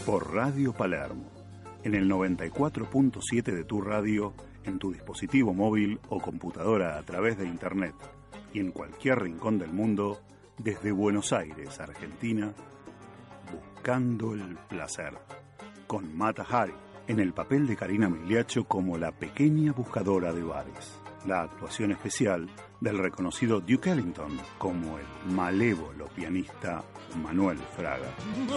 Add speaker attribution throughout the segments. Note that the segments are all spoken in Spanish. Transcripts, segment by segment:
Speaker 1: por Radio Palermo, en el 94.7 de tu radio, en tu dispositivo móvil o computadora a través de Internet y en cualquier rincón del mundo, desde Buenos Aires, Argentina, Buscando el Placer, con Mata Hari, en el papel de Karina Migliaccio como la pequeña buscadora de bares. La actuación especial del reconocido Duke Ellington como el malévolo pianista Manuel Fraga.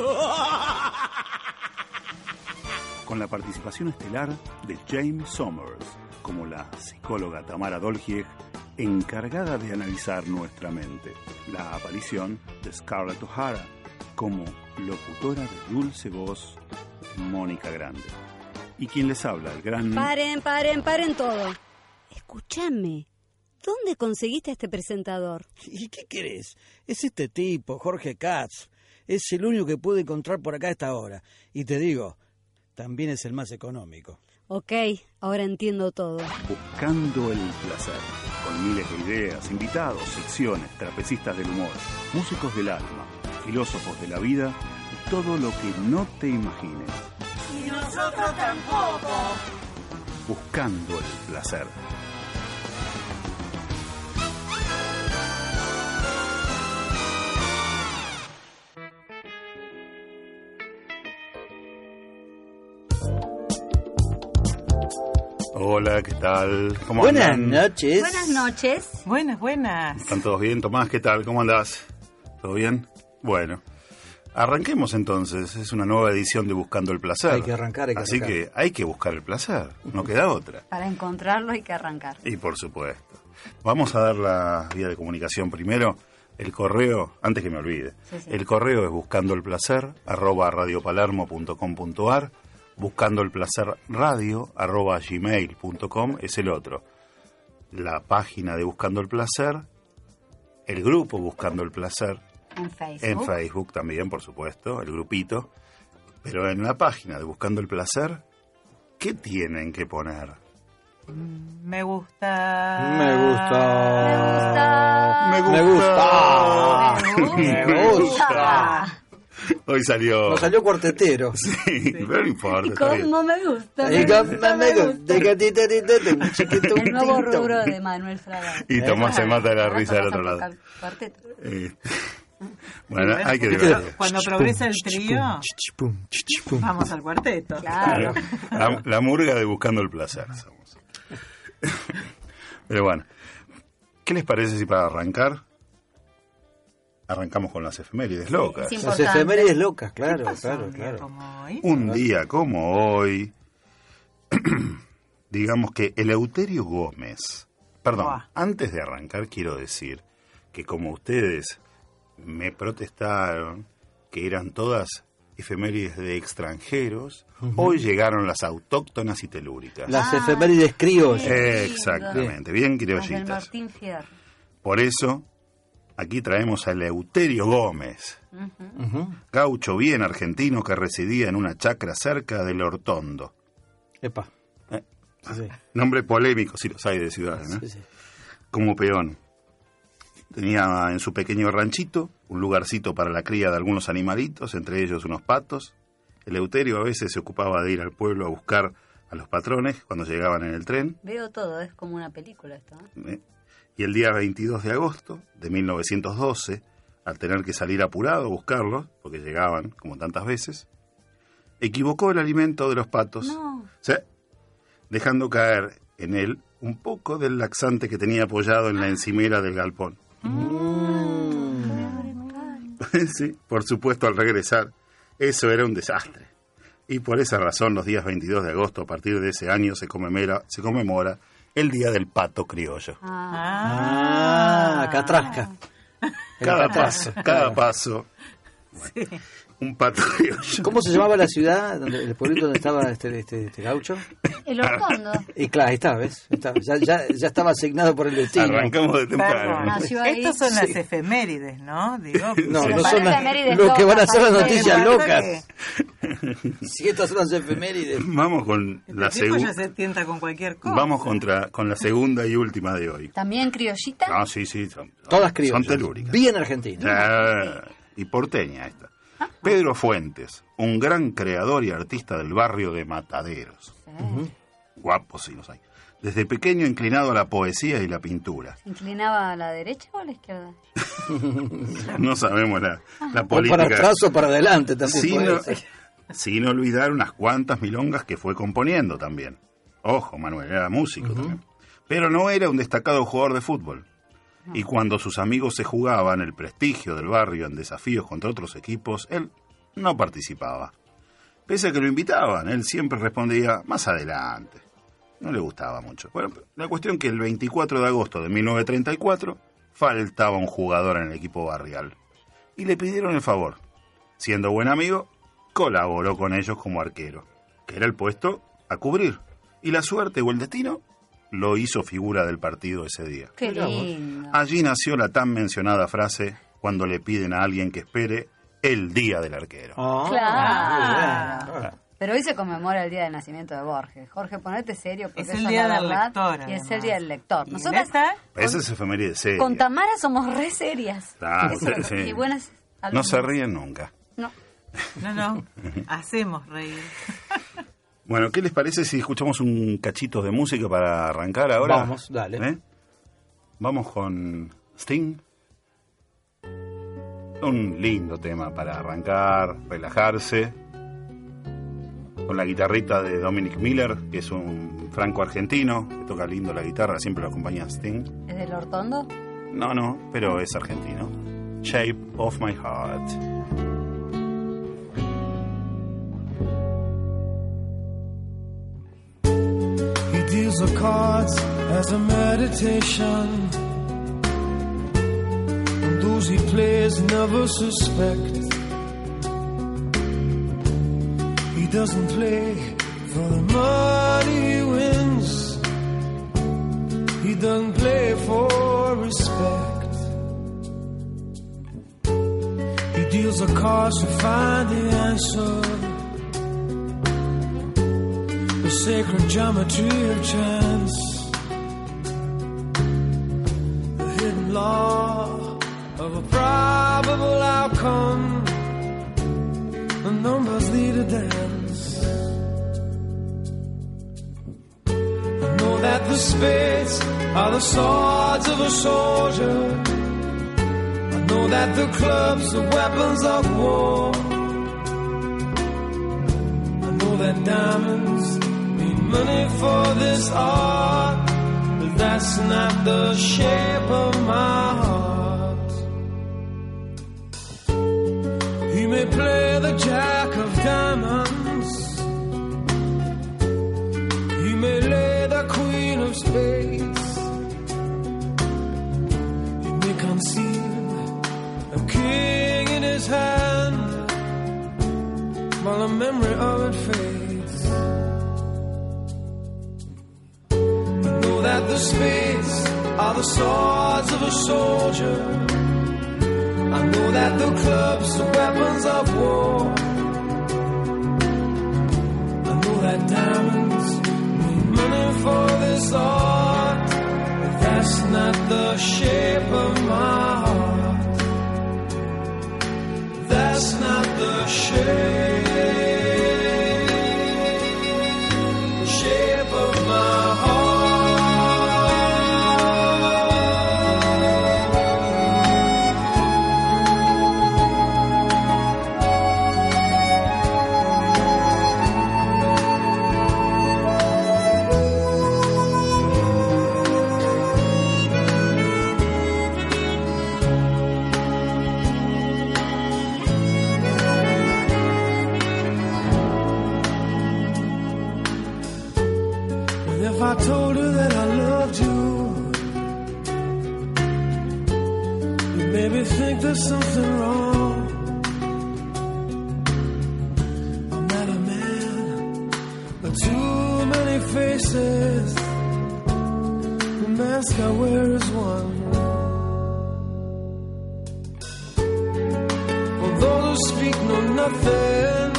Speaker 1: Con la participación estelar de James Sommers como la psicóloga Tamara Dolgieg, encargada de analizar nuestra mente. La aparición de Scarlett O'Hara como locutora de dulce voz Mónica Grande. Y quien les habla, el gran...
Speaker 2: Paren todo. Escúchame, ¿dónde conseguiste a este presentador?
Speaker 3: ¿Y qué querés? Es este tipo, Jorge Katz. Es el único que pude encontrar por acá a esta hora. Y te digo, también es el más económico.
Speaker 2: Ok, ahora entiendo todo.
Speaker 1: Buscando el placer, con miles de ideas, invitados, secciones, trapecistas del humor, músicos del alma, filósofos de la vida y todo lo que no te imagines.
Speaker 4: Y nosotros tampoco.
Speaker 1: Buscando el placer. Hola, ¿qué tal? ¿Cómo
Speaker 3: Buenas
Speaker 1: andan?
Speaker 3: noches.
Speaker 2: Buenas noches.
Speaker 4: Buenas.
Speaker 1: ¿Están todos bien? Tomás, ¿qué tal? ¿Cómo andás? ¿Todo bien? Bueno, arranquemos entonces. Es una nueva edición de Buscando el Placer.
Speaker 3: Hay que arrancar.
Speaker 1: Así que hay que buscar el placer. No queda otra.
Speaker 2: Para encontrarlo hay que arrancar.
Speaker 1: Y por supuesto. Vamos a dar la vía de comunicación primero. El correo, antes que me olvide.
Speaker 2: Sí.
Speaker 1: El correo es buscandoelplacer@radiopalermo.com.ar. buscandoelplacerradio@gmail.com es el otro. La página de Buscando el Placer, el grupo Buscando el Placer, en Facebook también, por supuesto, el grupito. Pero en la página de Buscando el Placer, ¿qué tienen que poner?
Speaker 4: Me gusta.
Speaker 3: Me gusta.
Speaker 1: Hoy salió...
Speaker 3: Nos salió cuartetero.
Speaker 1: Sí, pero no importa.
Speaker 2: ¿Y
Speaker 1: está bien.
Speaker 2: cómo me gusta?
Speaker 3: El
Speaker 2: nuevo rubro de Manuel Fraga.
Speaker 1: Y Tomás se mata de la risa del otro lado.
Speaker 2: Cuarteto.
Speaker 1: Bueno, hay que
Speaker 4: Cuando,
Speaker 1: divertir.
Speaker 4: cuando progresa el trío, vamos al cuarteto.
Speaker 2: Claro.
Speaker 1: La murga de Buscando el Placer somos. Pero bueno, ¿qué les parece si para arrancar arrancamos con las efemérides locas?
Speaker 2: Sí,
Speaker 3: Las efemérides locas,
Speaker 4: ¿Qué
Speaker 3: claro,
Speaker 4: pasó
Speaker 3: claro,
Speaker 4: un día
Speaker 3: claro.
Speaker 4: como hoy?
Speaker 1: Un día como hoy, digamos que Eleuterio Gómez, perdón,
Speaker 4: Buah.
Speaker 1: antes de arrancar quiero decir que como ustedes me protestaron que eran todas efemérides de extranjeros, hoy llegaron las autóctonas y telúricas.
Speaker 3: Las efemérides criollas.
Speaker 1: Exactamente, bien
Speaker 2: Las del
Speaker 1: criollitas.
Speaker 2: Martín Fierro.
Speaker 1: Por eso, aquí traemos a Eleuterio Gómez, gaucho bien argentino que residía en una chacra cerca del Hortondo.
Speaker 3: Epa. Sí.
Speaker 1: Nombre polémico, si los hay de ciudades, ¿no?
Speaker 3: Sí.
Speaker 1: Como peón. Tenía en su pequeño ranchito un lugarcito para la cría de algunos animalitos, entre ellos unos patos. Eleuterio a veces se ocupaba de ir al pueblo a buscar a los patrones cuando llegaban en el tren.
Speaker 2: Veo todo, es como una película esto.
Speaker 1: Y el día 22 de agosto de 1912, al tener que salir apurado a buscarlos, porque llegaban como tantas veces, equivocó el alimento de los patos.
Speaker 2: No.
Speaker 1: O sea, dejando caer en él un poco del laxante que tenía apoyado en la encimera del galpón. Sí, por supuesto, al regresar, eso era un desastre. Y por esa razón, los días 22 de agosto, a partir de ese año, se conmemora el Día del Pato Criollo.
Speaker 3: Catrasca.
Speaker 1: Cada paso. Bueno, un pato criollo.
Speaker 3: ¿Cómo se llamaba la ciudad, el pueblito donde estaba este gaucho?
Speaker 2: El Hortondo.
Speaker 3: Y claro, ahí está, ¿ves? Ya estaba asignado por el destino.
Speaker 1: Arrancamos de temprano.
Speaker 4: Perdón.
Speaker 2: Nació ahí.
Speaker 4: Estas son las
Speaker 3: Sí.
Speaker 4: efemérides, ¿no? Digo,
Speaker 3: No,
Speaker 2: Se
Speaker 3: no
Speaker 2: parece
Speaker 3: son
Speaker 2: a efemérides
Speaker 3: lo que van a
Speaker 2: locas,
Speaker 3: ser las
Speaker 2: parece
Speaker 3: noticias
Speaker 4: que-
Speaker 3: locas. Si estas son las efemérides.
Speaker 1: Vamos con la
Speaker 4: Este tipo ya
Speaker 1: segunda.
Speaker 4: se tienta con cualquier cosa.
Speaker 1: Vamos con la segunda y última de hoy.
Speaker 2: ¿También criollita?
Speaker 1: No, sí, son
Speaker 3: Todas criollas.
Speaker 1: Son telúricas.
Speaker 3: Bien argentinas.
Speaker 1: Y porteña esta. Pedro Fuentes, un gran creador y artista del barrio de Mataderos.
Speaker 2: Sí.
Speaker 1: Guapos sí los hay. Desde pequeño inclinado a la poesía y la pintura.
Speaker 2: ¿Se inclinaba a la derecha o a la izquierda?
Speaker 1: No sabemos la
Speaker 3: O
Speaker 1: política.
Speaker 3: para atrás o para adelante también.
Speaker 1: Sin olvidar unas cuantas milongas que fue componiendo también. Ojo, Manuel, era músico también. Pero no era un destacado jugador de fútbol. No. Y cuando sus amigos se jugaban el prestigio del barrio en desafíos contra otros equipos, él no participaba. Pese a que lo invitaban, él siempre respondía más adelante. No le gustaba mucho. Bueno, la cuestión que el 24 de agosto de 1934 faltaba un jugador en el equipo barrial. Y le pidieron el favor. Siendo buen amigo, colaboró con ellos como arquero, que era el puesto a cubrir. Y la suerte o el destino lo hizo figura del partido ese día.
Speaker 2: ¡Qué lindo!
Speaker 1: Allí nació la tan mencionada frase cuando le piden a alguien que espere el día del arquero.
Speaker 2: ¡Claro! Pero hoy se conmemora el día del nacimiento de Borges. Jorge, ponete serio porque
Speaker 4: es
Speaker 2: eso
Speaker 4: el día
Speaker 2: es la
Speaker 4: del
Speaker 2: verdad.
Speaker 4: lector.
Speaker 2: Y es el día del lector.
Speaker 4: ¿Y
Speaker 2: Nosotras
Speaker 1: esa es efeméride seria.
Speaker 2: con Tamara somos re serias.
Speaker 1: Sí.
Speaker 2: Y buenas
Speaker 1: no se ríen nunca.
Speaker 2: No.
Speaker 4: No. Hacemos reír.
Speaker 1: Bueno, ¿qué les parece si escuchamos un cachito de música para arrancar ahora?
Speaker 3: Vamos, dale.
Speaker 1: Vamos con Sting. Un lindo tema para arrancar, relajarse. Con la guitarrita de Dominic Miller, que es un franco-argentino, que toca lindo la guitarra, siempre lo acompaña Sting.
Speaker 2: ¿Es del Hortondo?
Speaker 1: No, pero es argentino. Shape of My Heart.
Speaker 5: He deals the cards as a meditation, and those he plays never suspect. He doesn't play for the money he wins. He doesn't play for respect. He deals the cards to find the answer, the sacred geometry of chance, the hidden law of a probable outcome. The numbers lead a dance. I know that the spades are the swords of a soldier. I know that the clubs are weapons of war. I know that diamonds need money for this art, but that's not the shape of my heart. He may play the jack of diamonds, he may lay the queen of spades, he may conceal a king in his hand while the memory of it fades. I know that the spades are the swords of a soldier. I know that the clubs are weapons of war. I know that diamonds need money for this art, but that's not the shape of my heart. That's not the shape of my heart. If I told her that I loved you, you'd maybe think there's something wrong. I'm not a man, but too many faces. The mask I wear is one. For those who speak know nothing.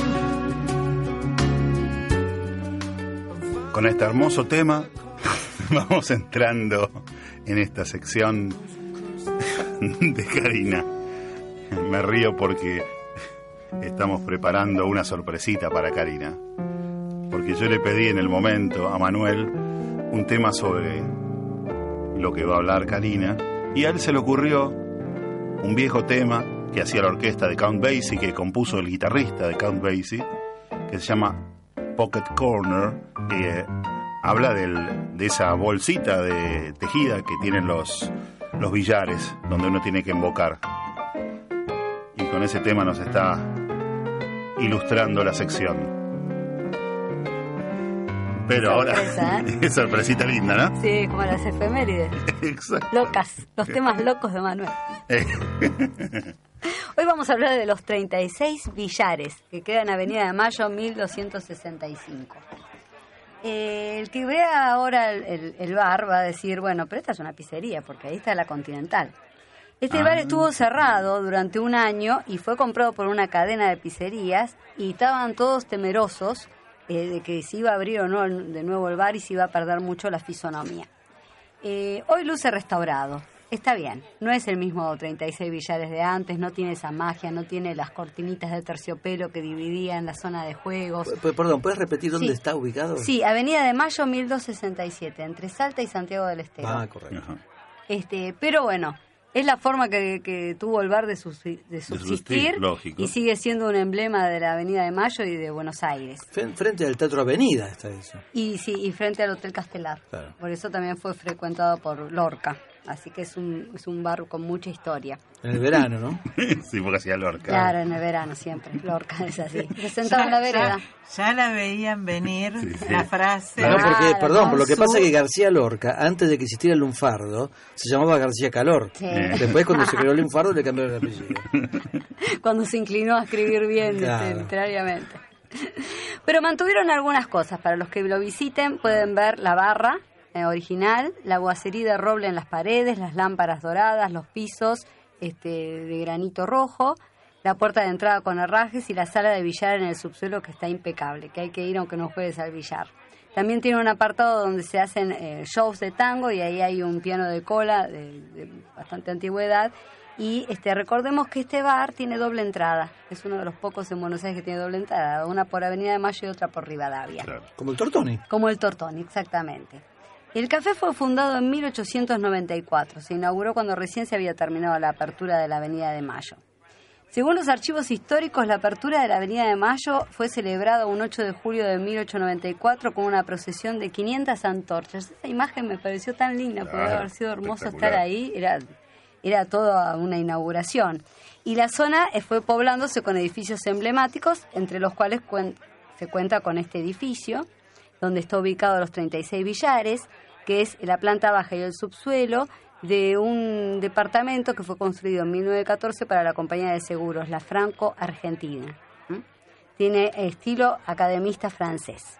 Speaker 1: Con este hermoso tema vamos entrando en esta sección de Karina. Me río porque estamos preparando una sorpresita para Karina. Porque yo le pedí en el momento a Manuel un tema sobre lo que va a hablar Karina, y a él se le ocurrió un viejo tema que hacía la orquesta de Count Basie, que compuso el guitarrista de Count Basie, que se llama Pocket Corner, que habla de esa bolsita de tejida que tienen los billares, donde uno tiene que embocar. Y con ese tema nos está ilustrando la sección. Pero ahora, es sorpresita linda, ¿no?
Speaker 2: Sí, como las efemérides.
Speaker 1: Exacto.
Speaker 2: Locas, los temas locos de Manuel. Hoy vamos a hablar de los 36 billares que quedan en Avenida de Mayo 1265. El que vea ahora el bar va a decir, bueno, pero esta es una pizzería, porque ahí está la Continental. Este bar estuvo cerrado durante un año y fue comprado por una cadena de pizzerías, y estaban todos temerosos de que se iba a abrir o no de nuevo el bar y se iba a perder mucho la fisonomía. Hoy luce restaurado. Está bien, no es el mismo 36 billares de antes, no tiene esa magia, no tiene las cortinitas de terciopelo que dividían la zona de juegos.
Speaker 3: Perdón, ¿puedes repetir dónde está ubicado?
Speaker 2: Sí, Avenida de Mayo 1267, entre Salta y Santiago del Estero.
Speaker 3: Ah, correcto.
Speaker 2: Pero bueno, es la forma que tuvo el bar de subsistir,
Speaker 1: lógico.
Speaker 2: Y sigue siendo un emblema de la Avenida de Mayo y de Buenos Aires.
Speaker 3: Frente al Teatro Avenida está eso.
Speaker 2: Y sí, y frente al Hotel Castelar.
Speaker 3: Claro.
Speaker 2: Por eso también fue frecuentado por Lorca. Así que es un bar con mucha historia.
Speaker 3: En el verano, ¿no?
Speaker 1: Sí, porque hacía Lorca.
Speaker 2: Claro, en el verano siempre. Lorca es así. Se sentaba en la vereda.
Speaker 4: Ya la veían venir, la frase.
Speaker 3: No, porque, perdón, por lo que
Speaker 4: su...
Speaker 3: pasa es que García Lorca, antes de que existiera el lunfardo, se llamaba García Calor.
Speaker 2: Sí.
Speaker 3: Después, cuando se creó el lunfardo, le cambiaron el apellido.
Speaker 2: Cuando se inclinó a escribir bien,
Speaker 3: Claro.
Speaker 2: literariamente. Pero mantuvieron algunas cosas. Para los que lo visiten, pueden ver la barra original, la boiserie de roble en las paredes, las lámparas doradas, los pisos de granito rojo, la puerta de entrada con herrajes y la sala de billar en el subsuelo, que está impecable, que hay que ir aunque no juegues al billar. También tiene un apartado donde se hacen shows de tango, y ahí hay un piano de cola de bastante antigüedad. Y recordemos que este bar tiene doble entrada. Es uno de los pocos en Buenos Aires que tiene doble entrada, una por Avenida de Mayo y otra por Rivadavia.
Speaker 1: Claro.
Speaker 3: Como el Tortoni.
Speaker 2: Como el Tortoni, exactamente. El café fue fundado en 1894. Se inauguró cuando recién se había terminado la apertura de la Avenida de Mayo. Según los archivos históricos, la apertura de la Avenida de Mayo fue celebrada un 8 de julio de 1894 con una procesión de 500 antorchas. Esa imagen me pareció tan linda, porque debe haber sido hermoso estar ahí. Era toda una inauguración. Y la zona fue poblándose con edificios emblemáticos, entre los cuales se cuenta con este edificio, donde está ubicado los 36 billares, que es la planta baja y el subsuelo de un departamento que fue construido en 1914 para la compañía de seguros, la Franco Argentina. Tiene estilo academista francés.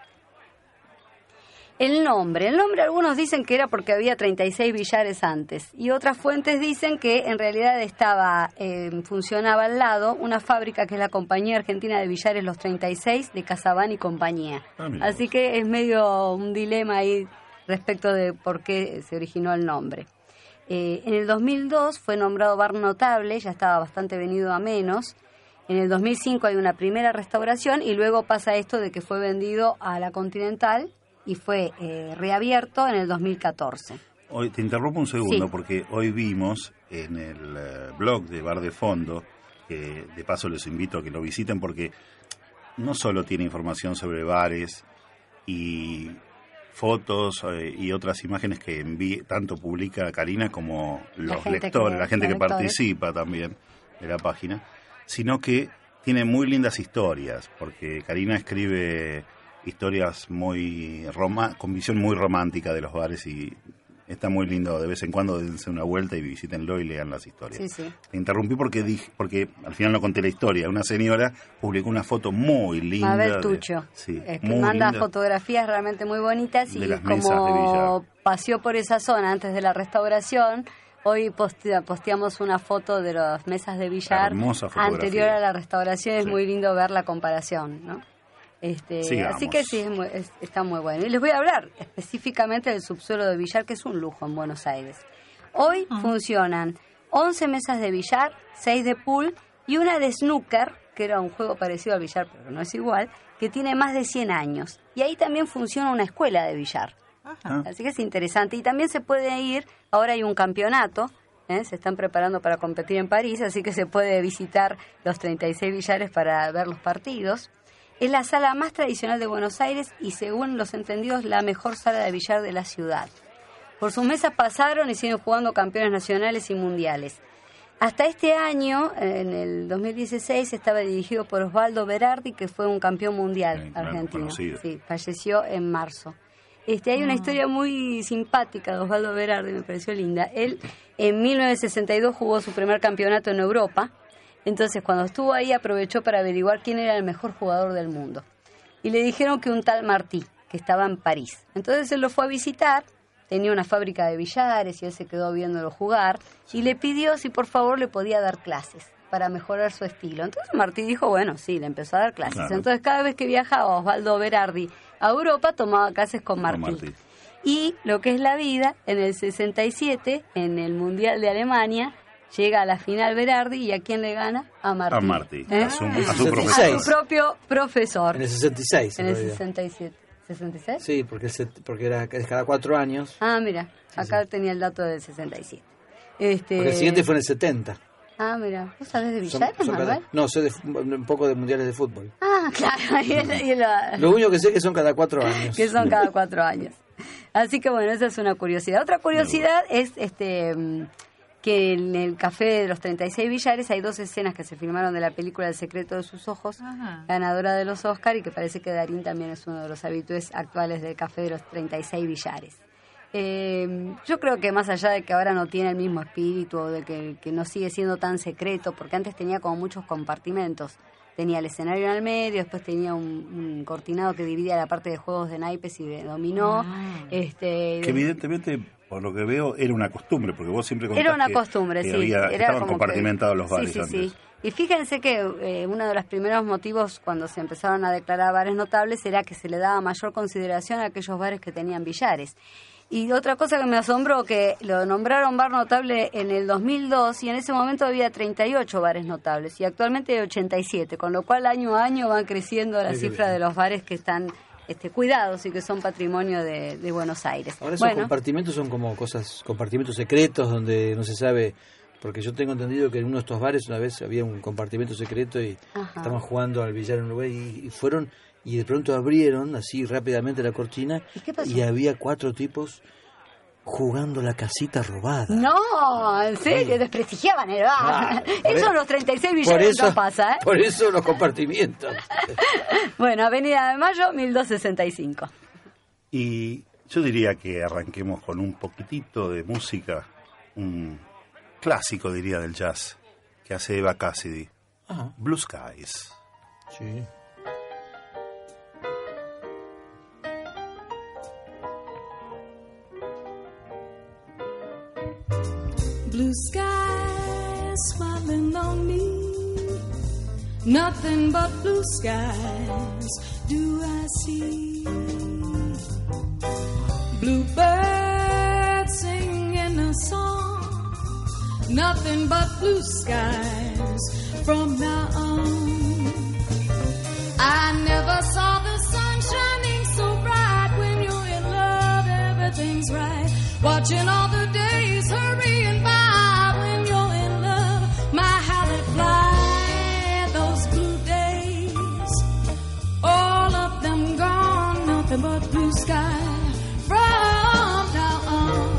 Speaker 2: El nombre algunos dicen que era porque había 36 billares antes, y otras fuentes dicen que en realidad funcionaba al lado una fábrica que es la Compañía Argentina de Billares Los 36 de Casabán y compañía. Así que es medio un dilema ahí respecto de por qué se originó el nombre. En el 2002 fue nombrado bar notable, ya estaba bastante venido a menos. En el 2005 hay una primera restauración, y luego pasa esto de que fue vendido a la Continental y fue reabierto en el 2014.
Speaker 1: Hoy te interrumpo un segundo,
Speaker 2: Sí.
Speaker 1: porque hoy vimos en el blog de Bar de Fondo, que de paso les invito a que lo visiten, porque no solo tiene información sobre bares y fotos y otras imágenes que tanto publica Karina como los lectores, la gente que participa también de la página, sino que tiene muy lindas historias, porque Karina escribe historias con visión muy romántica de los bares, y está muy lindo. De vez en cuando dense una vuelta y visítenlo y lean las historias.
Speaker 2: Sí.
Speaker 1: Te interrumpí porque al final no conté la historia. Una señora publicó una foto muy linda.
Speaker 2: Mabel Tucho, que manda
Speaker 1: linda,
Speaker 2: fotografías realmente muy bonitas, y
Speaker 1: las mesas de
Speaker 2: como
Speaker 1: billar.
Speaker 2: paseó por esa zona antes de la restauración, hoy posteamos una foto de las mesas de billar
Speaker 1: Hermosa fotografía.
Speaker 2: anterior a la restauración. Es
Speaker 1: Sí.
Speaker 2: muy lindo ver la comparación, ¿no?
Speaker 1: Sigamos.
Speaker 2: Así que sí, está muy bueno. Y les voy a hablar específicamente del subsuelo de billar, que es un lujo en Buenos Aires. Hoy funcionan 11 mesas de billar, 6 de pool y una de snooker, que era un juego parecido al billar, pero no es igual, que tiene más de 100 años. Y ahí también funciona una escuela de billar.
Speaker 4: Ajá.
Speaker 2: Así que es interesante. Y también se puede ir, ahora hay un campeonato, se están preparando para competir en París, así que se puede visitar los 36 billares para ver los partidos. Es la sala más tradicional de Buenos Aires y, según los entendidos, la mejor sala de billar de la ciudad. Por sus mesas pasaron y siguen jugando campeones nacionales y mundiales. Hasta este año, en el 2016, estaba dirigido por Osvaldo Berardi, que fue un campeón mundial argentino. Sí, falleció en marzo. Hay una historia muy simpática de Osvaldo Berardi, me pareció linda. Él en 1962 jugó su primer campeonato en Europa. Entonces, cuando estuvo ahí, aprovechó para averiguar quién era el mejor jugador del mundo. Y le dijeron que un tal Martí, que estaba en París. Entonces él lo fue a visitar, tenía una fábrica de billares y él se quedó viéndolo jugar. Y le pidió si por favor le podía dar clases para mejorar su estilo. Entonces Martí dijo, bueno, sí, le empezó a dar clases. Claro. Entonces cada vez que viajaba Osvaldo Berardi a Europa, tomaba clases con Martí. Y lo que es la vida, en el 67, en el Mundial de Alemania, llega a la final Berardi, ¿y a quién le gana? A Martí.
Speaker 1: A Martí, a su profesor.
Speaker 2: A su propio profesor.
Speaker 3: En el 66.
Speaker 2: En el 67. ¿66?
Speaker 3: Sí, porque era cada 4 años.
Speaker 2: Ah, mira, acá tenía el dato del 67.
Speaker 3: Porque el siguiente fue en el 70.
Speaker 2: Ah, mira, ¿vos sabés de billares, Manuel?
Speaker 3: No, sé un poco de mundiales de fútbol.
Speaker 2: Ah, claro.
Speaker 3: Lo único que sé es que son cada 4 años.
Speaker 2: Que son cada 4 años. Así que bueno, esa es una curiosidad. Otra curiosidad es que en el Café de los 36 Billares hay 2 escenas que se filmaron de la película El secreto de sus ojos, ajá, ganadora de los Oscar, y que parece que Darín también es uno de los habitués actuales del Café de los 36 Billares. Yo creo que más allá de que ahora no tiene el mismo espíritu, o de que no sigue siendo tan secreto, porque antes tenía como muchos compartimentos. Tenía el escenario en el medio, después tenía un cortinado que dividía la parte de juegos de naipes y de dominó.
Speaker 1: Que evidentemente, por lo que veo, era una costumbre, porque vos siempre contás
Speaker 2: era una costumbre, sí.
Speaker 1: Estaban compartimentados los bares antes.
Speaker 2: Sí. Y fíjense que uno de los primeros motivos cuando se empezaron a declarar bares notables era que se le daba mayor consideración a aquellos bares que tenían billares. Y otra cosa que me asombró, que lo nombraron bar notable en el 2002 y en ese momento había 38 bares notables y actualmente hay 87, con lo cual año a año van creciendo la cifra de los bares que están cuidados y que son patrimonio de Buenos Aires.
Speaker 3: Ahora esos compartimentos son como compartimentos secretos donde no se sabe, porque yo tengo entendido que en uno de estos bares una vez había un compartimento secreto y estaban jugando al billar en Uruguay y fueron... Y de pronto abrieron así rápidamente la cortina y había 4 tipos jugando la casita robada.
Speaker 2: No, en serio, desprestigiaban el bar. Eso en los 36 billares no pasa, ¿eh?
Speaker 3: Por eso los compartimientos.
Speaker 2: Bueno, Avenida de Mayo, 1265.
Speaker 1: Y yo diría que arranquemos con un poquitito de música, un clásico, diría, del jazz, que hace Eva Cassidy.
Speaker 3: Ajá.
Speaker 1: Blue Skies.
Speaker 3: Sí.
Speaker 6: Blue skies smiling on me, nothing but blue skies do I see. Bluebirds singing a song, nothing but blue skies from now on. I never saw the sun shining so bright. When you're in love, everything's right. Watching all the days hurrying by. When you're in love, my how they fly. Those blue days, all of them gone. Nothing but blue sky from now on.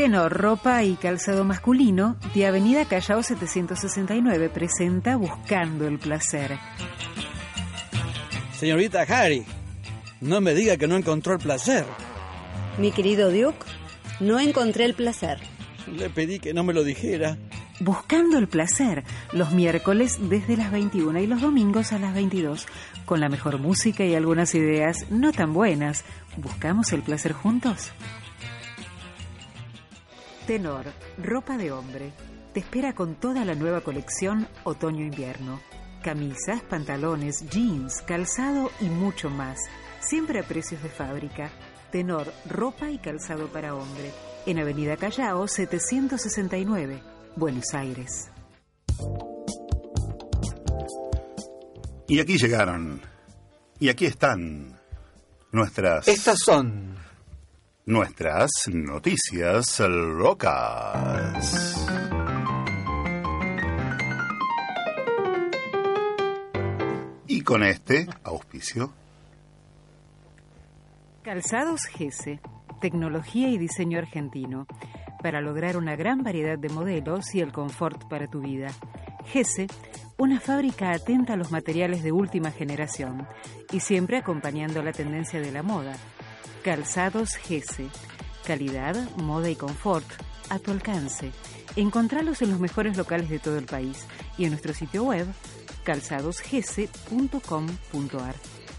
Speaker 7: Tenor, ropa y calzado masculino, de Avenida Callao 769, presenta Buscando el Placer.
Speaker 8: Señorita Harry, no me diga que no encontró el placer.
Speaker 2: Mi querido Duke, no encontré el placer.
Speaker 8: Le pedí que no me lo dijera.
Speaker 7: Buscando el Placer, los miércoles desde las 21 y los domingos a las 22, con la mejor música y algunas ideas no tan buenas. ¿Buscamos el placer juntos? Tenor, ropa de hombre, te espera con toda la nueva colección otoño-invierno. Camisas, pantalones, jeans, calzado y mucho más, siempre a precios de fábrica. Tenor, ropa y calzado para hombre, en Avenida Callao 769, Buenos Aires.
Speaker 1: Y aquí llegaron, y aquí están
Speaker 3: Estas son
Speaker 1: nuestras noticias locas. Y con este auspicio.
Speaker 7: Calzados Gese, tecnología y diseño argentino, para lograr una gran variedad de modelos y el confort para tu vida. Gese, una fábrica atenta a los materiales de última generación y siempre acompañando la tendencia de la moda. Calzados Gese, calidad, moda y confort a tu alcance. Encontralos en los mejores locales de todo el país y en nuestro sitio web calzadosgese.com.ar.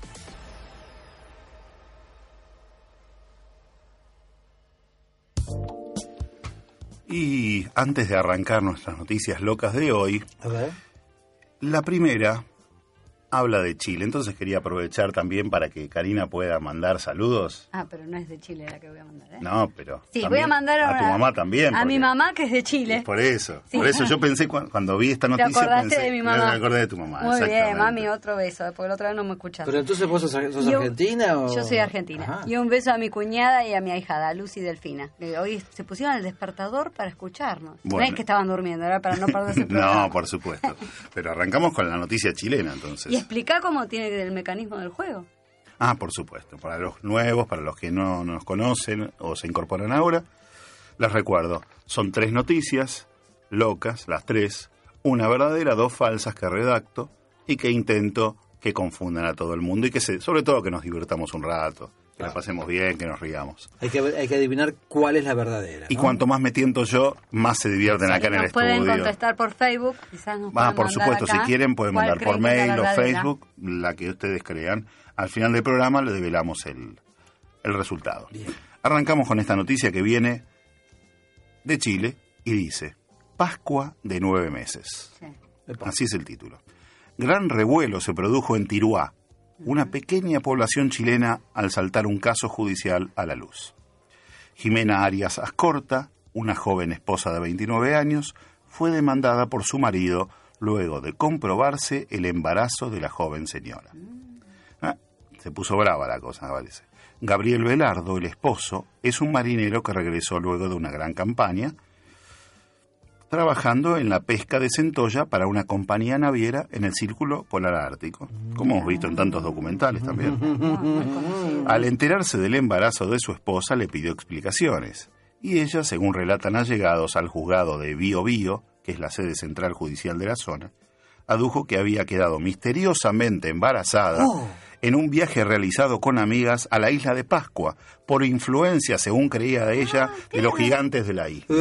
Speaker 1: Y antes de arrancar nuestras noticias locas de hoy,
Speaker 3: a ver.
Speaker 1: La primera habla de Chile, entonces quería aprovechar también para que Karina pueda mandar saludos.
Speaker 2: Ah, pero no es de Chile la que voy a mandar, ¿eh?
Speaker 1: No, pero
Speaker 2: sí, voy a mandar
Speaker 1: a tu mamá también.
Speaker 2: A mi mamá, que es de Chile.
Speaker 1: Por eso
Speaker 2: Sí.
Speaker 1: yo pensé cuando vi esta noticia,
Speaker 2: ¿Te acordaste
Speaker 1: pensé,
Speaker 2: de mi mamá?
Speaker 1: Me acordé de tu mamá.
Speaker 2: Muy bien,
Speaker 1: exactamente.
Speaker 2: mami, otro beso, porque la otra vez no me escuchaste.
Speaker 3: Pero entonces vos sos argentina o...
Speaker 2: Yo soy argentina.
Speaker 3: Ajá.
Speaker 2: Y un beso a mi cuñada y a mi ahijada, Lucy y Delfina, que hoy se pusieron el despertador para escucharnos.
Speaker 1: Bueno.
Speaker 2: No es que estaban durmiendo, era para no perderse el programa.
Speaker 1: No, por supuesto. Pero arrancamos con la noticia chilena, entonces.
Speaker 2: Y explica cómo tiene el mecanismo del juego.
Speaker 1: Ah, por supuesto. Para los nuevos, para los que no nos conocen o se incorporan ahora, les recuerdo, son 3 noticias locas, las 3, una verdadera, 2 falsas que redacto y que intento que confundan a todo el mundo y que sobre todo que nos divirtamos un rato, que la pasemos bien, que nos riamos.
Speaker 3: Hay que adivinar cuál es la verdadera, ¿no?
Speaker 1: Y cuanto más me tiento yo, más se divierten acá en el
Speaker 2: Nos pueden
Speaker 1: estudio.
Speaker 2: contestar por Facebook, quizás nos pueden
Speaker 1: Por
Speaker 2: mandar
Speaker 1: supuesto,
Speaker 2: acá
Speaker 1: si quieren pueden
Speaker 2: cuál
Speaker 1: mandar por
Speaker 2: creen que es la
Speaker 1: mail o
Speaker 2: verdadera.
Speaker 1: Facebook, la que ustedes crean. Al final del programa le develamos el resultado.
Speaker 3: Bien.
Speaker 1: Arrancamos con esta noticia que viene de Chile y dice: Pascua de 9 meses.
Speaker 2: Sí.
Speaker 1: Así es el título. Gran revuelo se produjo en Tiruá, una pequeña población chilena, al saltar un caso judicial a la luz. Jimena Arias Ascorta, una joven esposa de 29 años, fue demandada por su marido luego de comprobarse el embarazo de la joven señora. Se puso brava la cosa, parece. Gabriel Velardo, el esposo, es un marinero que regresó luego de una gran campaña, trabajando en la pesca de centolla para una compañía naviera en el Círculo Polar Ártico, como hemos visto en tantos documentales también. Al enterarse del embarazo de su esposa, le pidió explicaciones, y ella, según relatan allegados al juzgado de Biobío, que es la sede central judicial de la zona, adujo que había quedado misteriosamente embarazada en un viaje realizado con amigas a la isla de Pascua, por influencia, según creía ella, de los gigantes de la isla.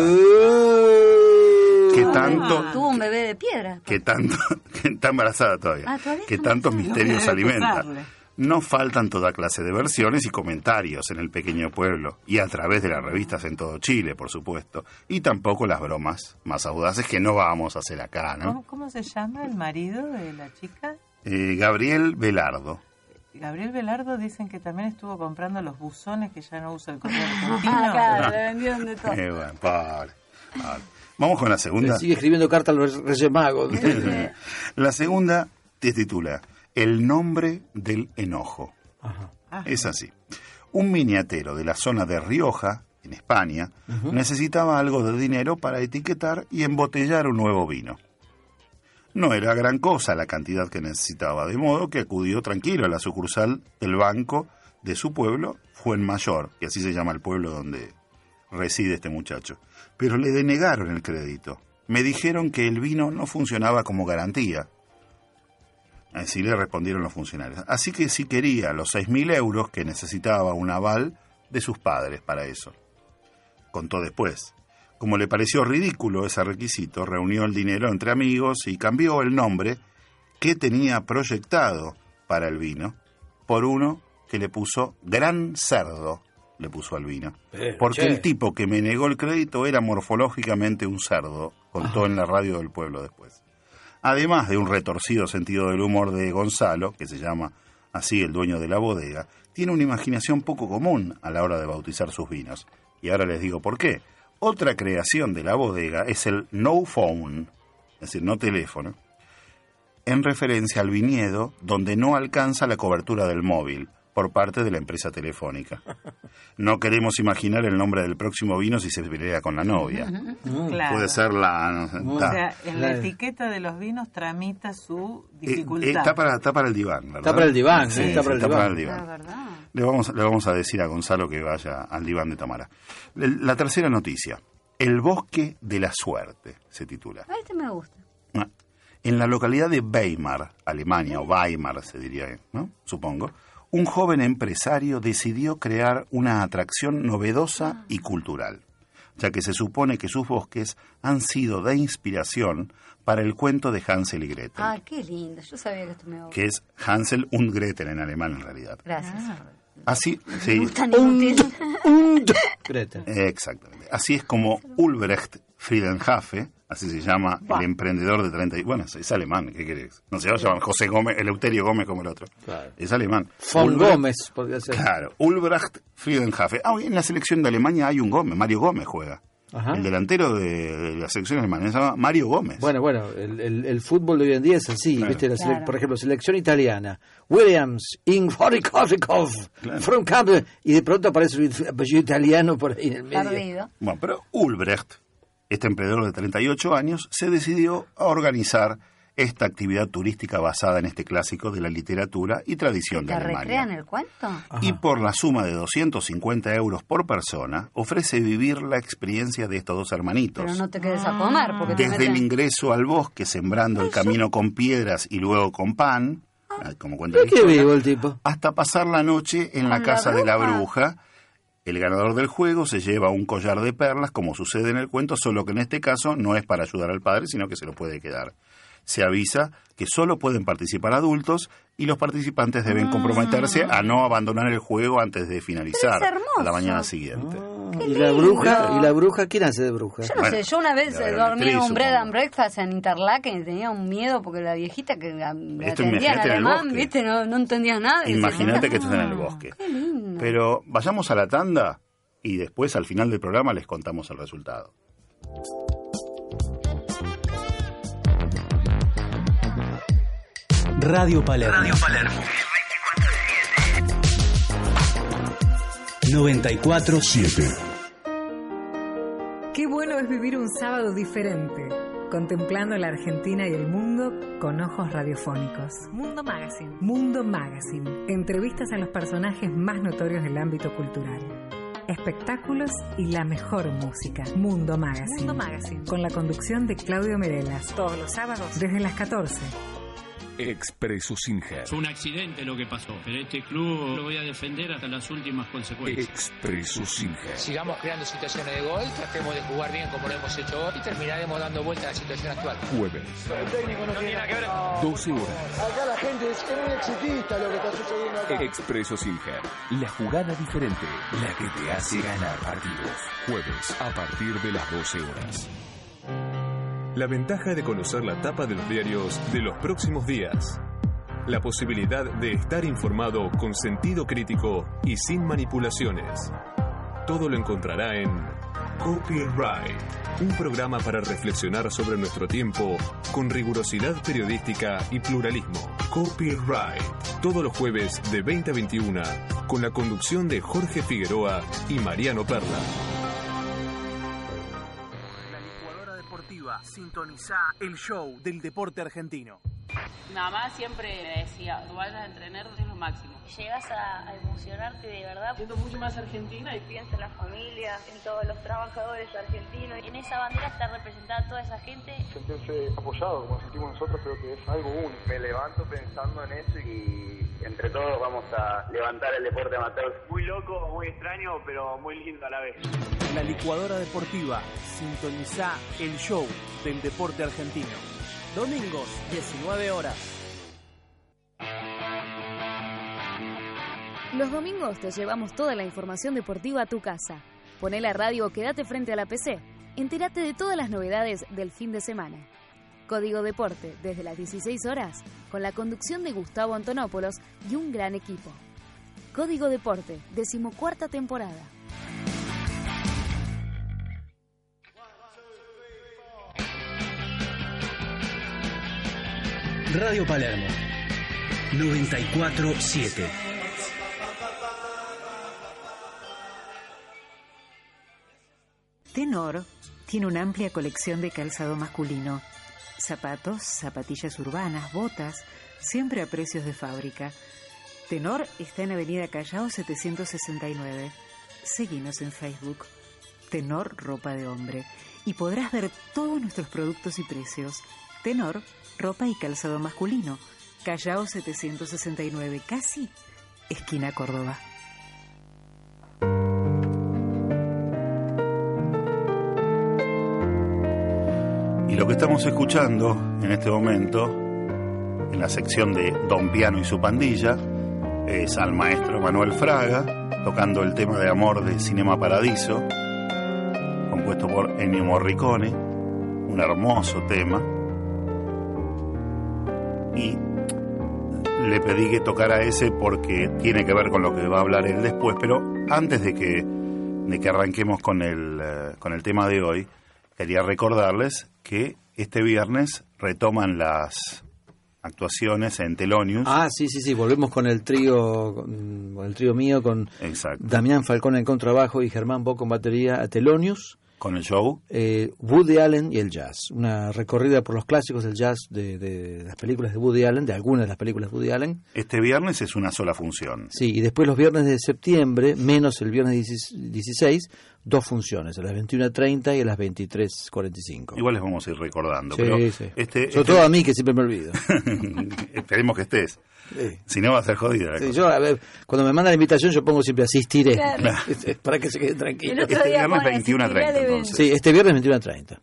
Speaker 1: Que tanto...
Speaker 2: Tuvo un bebé de piedra.
Speaker 1: Que tanto... Que está embarazada todavía.
Speaker 2: ¿Todavía
Speaker 1: Que
Speaker 2: está
Speaker 1: tantos
Speaker 2: embarazada?
Speaker 1: misterios
Speaker 4: No
Speaker 1: alimenta.
Speaker 4: disfrutarle.
Speaker 1: No faltan toda clase de versiones y comentarios en el pequeño pueblo, y a través de las revistas en todo Chile, por supuesto, y tampoco las bromas más audaces que no vamos a hacer acá, ¿no?
Speaker 4: ¿Cómo se llama el marido de la chica?
Speaker 1: Gabriel Velardo.
Speaker 4: Gabriel Velardo, dicen que también estuvo comprando los buzones que ya no usa el correo argentino.
Speaker 2: Ah, claro, le vendieron de todo.
Speaker 1: Bueno, pobre. Vamos con la segunda.
Speaker 3: Sigue escribiendo cartas a los Reyes Magos.
Speaker 1: La segunda te titula El nombre del enojo.
Speaker 3: Ajá.
Speaker 1: Es así. Un miniatero de la zona de Rioja, en España, necesitaba algo de dinero para etiquetar y embotellar un nuevo vino. No era gran cosa la cantidad que necesitaba, de modo que acudió tranquilo a la sucursal del banco de su pueblo, Fuenmayor, que así se llama el pueblo donde reside este muchacho, pero le denegaron el crédito. Me dijeron que el vino no funcionaba como garantía. Así le respondieron los funcionarios. Así que si quería los 6.000 euros, que necesitaba un aval de sus padres para eso. Contó después. Como le pareció ridículo ese requisito, reunió el dinero entre amigos y cambió el nombre que tenía proyectado para el vino por uno que le puso Gran Cerdo, le puso al vino. Porque el tipo que me negó el crédito era morfológicamente un cerdo, contó en la radio del pueblo después. Además de un retorcido sentido del humor de Gonzalo, que se llama así el dueño de la bodega, tiene una imaginación poco común a la hora de bautizar sus vinos. Y ahora les digo por qué. Otra creación de la bodega es el no phone, es decir, no teléfono, en referencia al viñedo donde no alcanza la cobertura del móvil por parte de la empresa telefónica. No queremos imaginar el nombre del próximo vino si se pelea con la novia.
Speaker 4: Claro.
Speaker 1: Puede ser la... No sé,
Speaker 4: O sea, en la etiqueta de los vinos tramita su dificultad.
Speaker 1: Está para el diván, ¿verdad?
Speaker 3: Está para el diván,
Speaker 1: sí,
Speaker 3: está para el diván.
Speaker 2: La verdad.
Speaker 1: Le vamos a decir a Gonzalo que vaya al diván de Tamara. La tercera noticia. El bosque de la suerte, se titula.
Speaker 2: Este me gusta.
Speaker 1: En la localidad de Weimar, Alemania, o Weimar se diría, ¿no? Supongo, un joven empresario decidió crear una atracción novedosa y cultural, ya que se supone que sus bosques han sido de inspiración para el cuento de Hansel y Gretel.
Speaker 2: Ah, qué lindo. Yo sabía que esto me iba a gustar.
Speaker 1: Que es Hansel und Gretel en alemán, en realidad.
Speaker 2: Gracias.
Speaker 1: Así, sí.
Speaker 2: Tan inútil.
Speaker 3: Gretel.
Speaker 1: Exactamente. Así es como Ulbrecht Friedenhafe, así se llama el emprendedor de 30... Bueno, es alemán, ¿qué querés? No se va a llamar José Gómez, Eleuterio Gómez como el otro.
Speaker 3: Claro.
Speaker 1: Es alemán.
Speaker 3: Von Gómez, podría ser.
Speaker 1: Claro, Ulbrecht Friedenhafe. En la selección de Alemania hay un Gómez, Mario Gómez juega.
Speaker 3: Ajá.
Speaker 1: El delantero de la selección alemana se llama Mario Gómez.
Speaker 3: Bueno, el fútbol de hoy en día es así,
Speaker 1: Claro.
Speaker 3: ¿viste?
Speaker 2: Claro.
Speaker 3: Por ejemplo, selección italiana, Williams, Ingvorikov,
Speaker 1: Claro.
Speaker 3: from Campbell, y de pronto aparece un apellido italiano por ahí en el medio.
Speaker 2: Perdido.
Speaker 1: Bueno, pero Ulbrecht, este emprendedor de 38 años, se decidió a organizar esta actividad turística basada en este clásico de la literatura y tradición de
Speaker 2: ¿Te
Speaker 1: Alemania.
Speaker 2: recrean el cuento?
Speaker 1: Y por la suma de 250 euros por persona, ofrece vivir la experiencia de estos dos hermanitos.
Speaker 2: Pero no te quedes a comer porque te
Speaker 1: Desde el
Speaker 2: meten...
Speaker 1: ingreso al bosque, sembrando el camino con piedras y luego con pan, como cuenta la
Speaker 3: ¿De qué
Speaker 1: historia,
Speaker 3: vivo el tipo?
Speaker 1: hasta pasar la noche en la
Speaker 2: ¿Con la
Speaker 1: casa de la
Speaker 2: bruja?
Speaker 1: bruja. El ganador del juego se lleva un collar de perlas, como sucede en el cuento, solo que en este caso no es para ayudar al padre, sino que se lo puede quedar. Se avisa que solo pueden participar adultos y los participantes deben comprometerse a no abandonar el juego antes de finalizar
Speaker 2: Pero es hermoso.
Speaker 1: a la mañana siguiente.
Speaker 3: ¿Y la bruja? ¿Quién hace de bruja?
Speaker 2: Yo no
Speaker 1: Bueno,
Speaker 2: sé, yo una vez
Speaker 1: era una
Speaker 2: dormí en
Speaker 1: actriz,
Speaker 2: un bread
Speaker 1: supongo.
Speaker 2: and breakfast en Interlaken y tenía un miedo porque la viejita que la
Speaker 1: Esto
Speaker 2: atendía en
Speaker 1: imagínate en el
Speaker 2: alemán,
Speaker 1: bosque.
Speaker 2: ¿viste? No entendías nada. Y
Speaker 1: Imagínate
Speaker 2: decía,
Speaker 1: que estás en el bosque.
Speaker 2: Qué lindo.
Speaker 1: Pero vayamos a la tanda y después al final del programa les contamos el resultado.
Speaker 9: Radio Palermo. 94.7.
Speaker 7: Qué bueno es vivir un sábado diferente, contemplando la Argentina y el mundo con ojos radiofónicos. Mundo Magazine. Mundo Magazine. Entrevistas a los personajes más notorios del ámbito cultural. Espectáculos y la mejor música. Mundo Magazine. Mundo Magazine. Con la conducción de Claudio Merelas. Todos los sábados. Desde las 14.
Speaker 9: Expreso Singer.
Speaker 10: Fue un accidente lo que pasó, pero este club lo voy a defender hasta las últimas consecuencias.
Speaker 9: Expreso Singer.
Speaker 11: Sigamos creando situaciones de gol, tratemos de jugar bien como lo hemos hecho hoy y terminaremos dando vuelta a la situación actual.
Speaker 9: Jueves.
Speaker 11: El técnico no tiene nada que ver.
Speaker 9: 12 horas.
Speaker 11: Acá la gente es muy exitista lo que está sucediendo acá.
Speaker 9: Expreso Singer. La jugada diferente. La que te hace ganar partidos. Jueves a partir de las 12 horas.
Speaker 12: La ventaja de conocer la tapa de los diarios de los próximos días. La posibilidad de estar informado con sentido crítico y sin manipulaciones. Todo lo encontrará en Copyright, un programa para reflexionar sobre nuestro tiempo con rigurosidad periodística y pluralismo. Copyright, todos los jueves de 20 a 21, con la conducción de Jorge Figueroa y Mariano Perla.
Speaker 13: Sintoniza el show del deporte argentino. Mamá siempre me decía, tú vayas a entrenar es lo máximo.
Speaker 14: Llegas a emocionarte de verdad.
Speaker 13: Siento mucho más argentina
Speaker 14: y pienso en la familia, en todos los trabajadores argentinos. En esa bandera está representada toda esa gente.
Speaker 15: Sentirse apoyado, como sentimos nosotros, creo que es algo único.
Speaker 16: Me levanto pensando en eso y entre todos vamos a levantar el deporte amateur.
Speaker 17: Muy loco, muy extraño, pero muy lindo a la vez.
Speaker 18: La licuadora deportiva. Sintoniza el show del deporte argentino. Domingos, 19 horas.
Speaker 19: Los domingos te llevamos toda la información deportiva a tu casa. Poné la radio o quédate frente a la PC. Entérate de todas las novedades del fin de semana. Código Deporte, desde las 16 horas, con la conducción de Gustavo Antonopoulos y un gran equipo. Código Deporte, 14ª temporada.
Speaker 20: Radio Palermo 94.7.
Speaker 7: Tenor tiene una amplia colección de calzado masculino. Zapatos, zapatillas urbanas, botas, siempre a precios de fábrica. Tenor está en Avenida Callao 769. Seguinos en Facebook. Tenor Ropa de Hombre. Y podrás ver todos nuestros productos y precios. Tenor, ropa y calzado masculino. Callao 769, casi esquina Córdoba.
Speaker 1: Y lo que estamos escuchando en este momento, en la sección de Don Piano y su pandilla, es al maestro Manuel Fraga, tocando el tema de amor de Cinema Paradiso, compuesto por Ennio Morricone, un hermoso tema. Y le pedí que tocara ese porque tiene que ver con lo que va a hablar él después, pero antes de que arranquemos con el tema de hoy, quería recordarles que este viernes retoman las actuaciones en Thelonious.
Speaker 3: Sí, volvemos con el trío mío, con
Speaker 1: Exacto.
Speaker 3: Damián Falcón en contrabajo y Germán Boco en batería a Thelonious.
Speaker 1: Con el show
Speaker 3: Woody Allen y el jazz, una recorrida por los clásicos del jazz de las películas de Woody Allen, de algunas de las películas de Woody Allen.
Speaker 1: Este viernes es una sola función.
Speaker 3: Sí, y después los viernes de septiembre, menos el viernes 16, 2 funciones, a las 21:30 y a las 23:45.
Speaker 1: Igual les vamos a ir recordando.
Speaker 3: Sí,
Speaker 1: pero
Speaker 3: sí. Sobre todo a mí, que siempre me olvido.
Speaker 1: Esperemos que estés.
Speaker 3: Sí.
Speaker 1: Si no va a ser jodida la cosa.
Speaker 3: Yo, a ver, cuando me mandan la invitación yo pongo siempre asistiré,
Speaker 2: claro.
Speaker 3: para que se quede tranquilo.
Speaker 1: Este viernes 21:30 entonces.
Speaker 3: Sí, este viernes 21:30.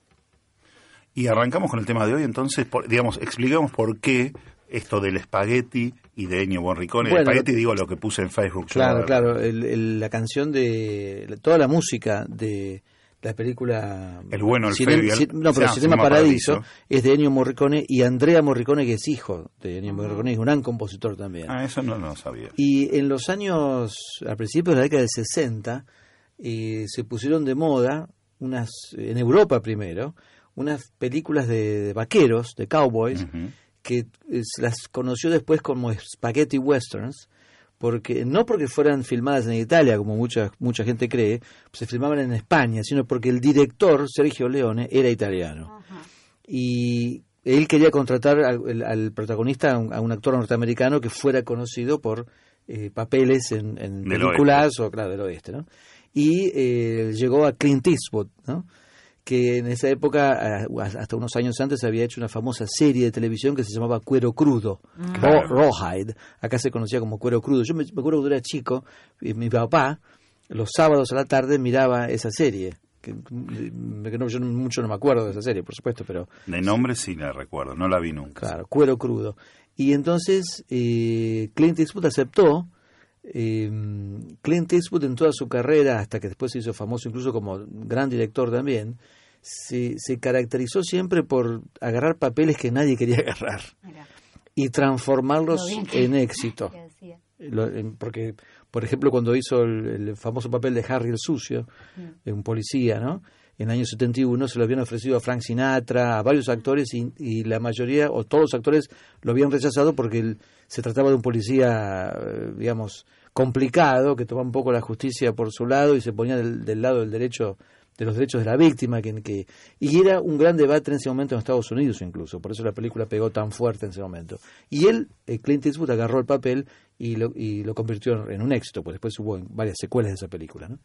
Speaker 1: Y arrancamos con el tema de hoy, entonces, expliquemos por qué esto del espagueti y de Ennio Morricone.
Speaker 3: Bueno,
Speaker 1: el espagueti, digo lo que puse en Facebook.
Speaker 3: Claro, la canción de toda la música de la película
Speaker 1: El bueno, el feo y el...
Speaker 3: Cinema Paradiso es de Ennio Morricone y Andrea Morricone, que es hijo de Ennio Morricone, es un gran compositor también.
Speaker 1: Eso no lo sabía.
Speaker 3: Y en los años, al principio de la década del 60, se pusieron de moda, en Europa primero, unas películas de vaqueros, de cowboys, que las conoció después como spaghetti westerns, no porque fueran filmadas en Italia, como mucha gente cree, se filmaban en España, sino porque el director, Sergio Leone, era italiano. Y él quería contratar al protagonista, a un actor norteamericano que fuera conocido por papeles en películas del oeste, ¿no? Y llegó a Clint Eastwood, ¿no? Que en esa época, hasta unos años antes, había hecho una famosa serie de televisión que se llamaba Cuero Crudo, Rawhide. Acá se conocía como Cuero Crudo. Yo me acuerdo cuando era chico, mi papá, los sábados a la tarde miraba esa serie. Yo mucho no me acuerdo de esa serie, por supuesto, pero...
Speaker 1: De nombre sí la recuerdo, no la vi nunca.
Speaker 3: Claro, Cuero Crudo. Y entonces Clint Eastwood aceptó. Clint Eastwood en toda su carrera, hasta que después se hizo famoso incluso como gran director también, se caracterizó siempre por agarrar papeles que nadie quería agarrar y transformarlos en éxito. Porque, por ejemplo, cuando hizo el famoso papel de Harry el Sucio, un policía, ¿no? En el año 71 se lo habían ofrecido a Frank Sinatra, a varios actores, y la mayoría, o todos los actores, lo habían rechazado porque se trataba de un policía, digamos, complicado, que tomaba un poco la justicia por su lado y se ponía del lado del derecho los derechos de la víctima, y era un gran debate en ese momento en Estados Unidos incluso, por eso la película pegó tan fuerte en ese momento. Y él, Clint Eastwood, agarró el papel y lo convirtió en un éxito, pues después hubo varias secuelas de esa película, ¿no?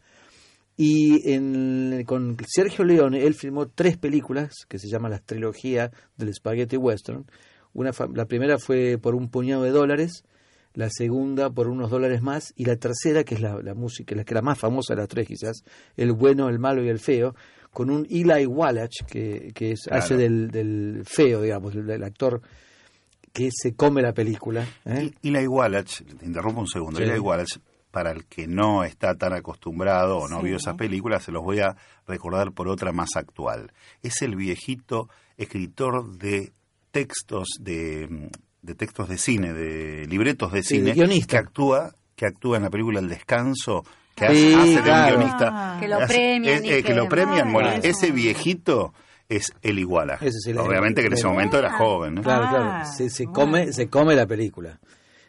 Speaker 3: Y con Sergio Leone, él filmó 3 películas que se llaman las trilogías del Spaghetti Western. La primera fue por un puñado de dólares, la segunda por unos dólares más, y la tercera, que es la música, la más famosa de las 3 quizás, El bueno, el malo y el feo, con un Eli Wallach, que hace del feo, digamos, del actor que se come la película.
Speaker 1: Eli Wallach, te interrumpo un segundo, sí. Eli Wallach, para el que no está tan acostumbrado o no vio esas películas, se los voy a recordar por otra más actual. Es el viejito escritor de textos de textos de cine, de libretos de cine,
Speaker 3: guionista.
Speaker 1: que actúa en la película El Descanso, que hace de un guionista.
Speaker 2: Que lo premian.
Speaker 1: Que lo premian. Bueno, ese viejito es Eli Wallach. Obviamente que en ese momento era joven, ¿no?
Speaker 3: Claro. Se come la película.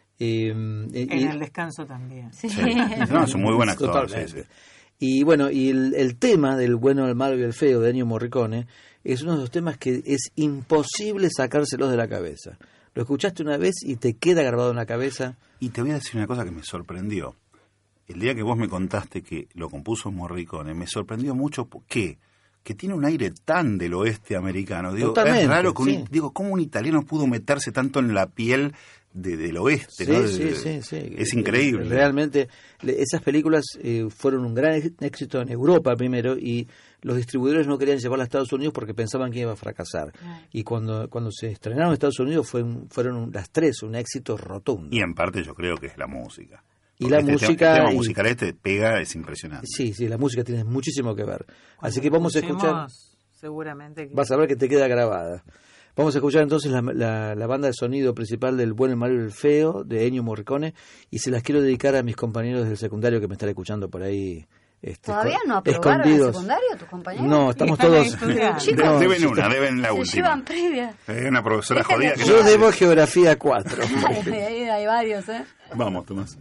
Speaker 4: En El Descanso también.
Speaker 2: Sí.
Speaker 1: No, es un muy buen actor. Sí.
Speaker 3: Y bueno, y el tema del bueno, el malo y el feo de Ennio Morricone es uno de los temas que es imposible sacárselos de la cabeza. Lo escuchaste una vez y te queda grabado en la cabeza.
Speaker 1: Y te voy a decir una cosa que me sorprendió. El día que vos me contaste que lo compuso Morricone, me sorprendió mucho que tiene un aire tan del oeste americano. Digo,
Speaker 3: totalmente,
Speaker 1: es raro
Speaker 3: sí.
Speaker 1: ¿Cómo un italiano pudo meterse tanto en la piel del oeste?
Speaker 3: Sí,
Speaker 1: ¿no?
Speaker 3: Sí.
Speaker 1: Es increíble.
Speaker 3: Realmente, esas películas fueron un gran éxito en Europa primero, y los distribuidores no querían llevarla a Estados Unidos porque pensaban que iba a fracasar. Y cuando se estrenaron en Estados Unidos fueron las 3 un éxito rotundo.
Speaker 1: Y en parte yo creo que es la música.
Speaker 3: Y la música...
Speaker 1: El tema musical pega, es impresionante.
Speaker 3: Sí, la música tiene muchísimo que ver. Así que vamos a escuchar...
Speaker 4: Seguramente.
Speaker 3: Vas a ver que te queda grabada. Vamos a escuchar entonces la banda de sonido principal del bueno, el malo y el feo, de Ennio Morricone, y se las quiero dedicar a mis compañeros del secundario que me están escuchando por ahí.
Speaker 2: ¿Todavía no aprobaron el secundario tus compañeros?
Speaker 3: No, estamos todos...
Speaker 2: Chicos,
Speaker 1: deben la última.
Speaker 2: Se llevan previa.
Speaker 1: Una profesora jodida.
Speaker 3: Yo debo geografía 4.
Speaker 2: Hay varios,
Speaker 1: Vamos, Tomás.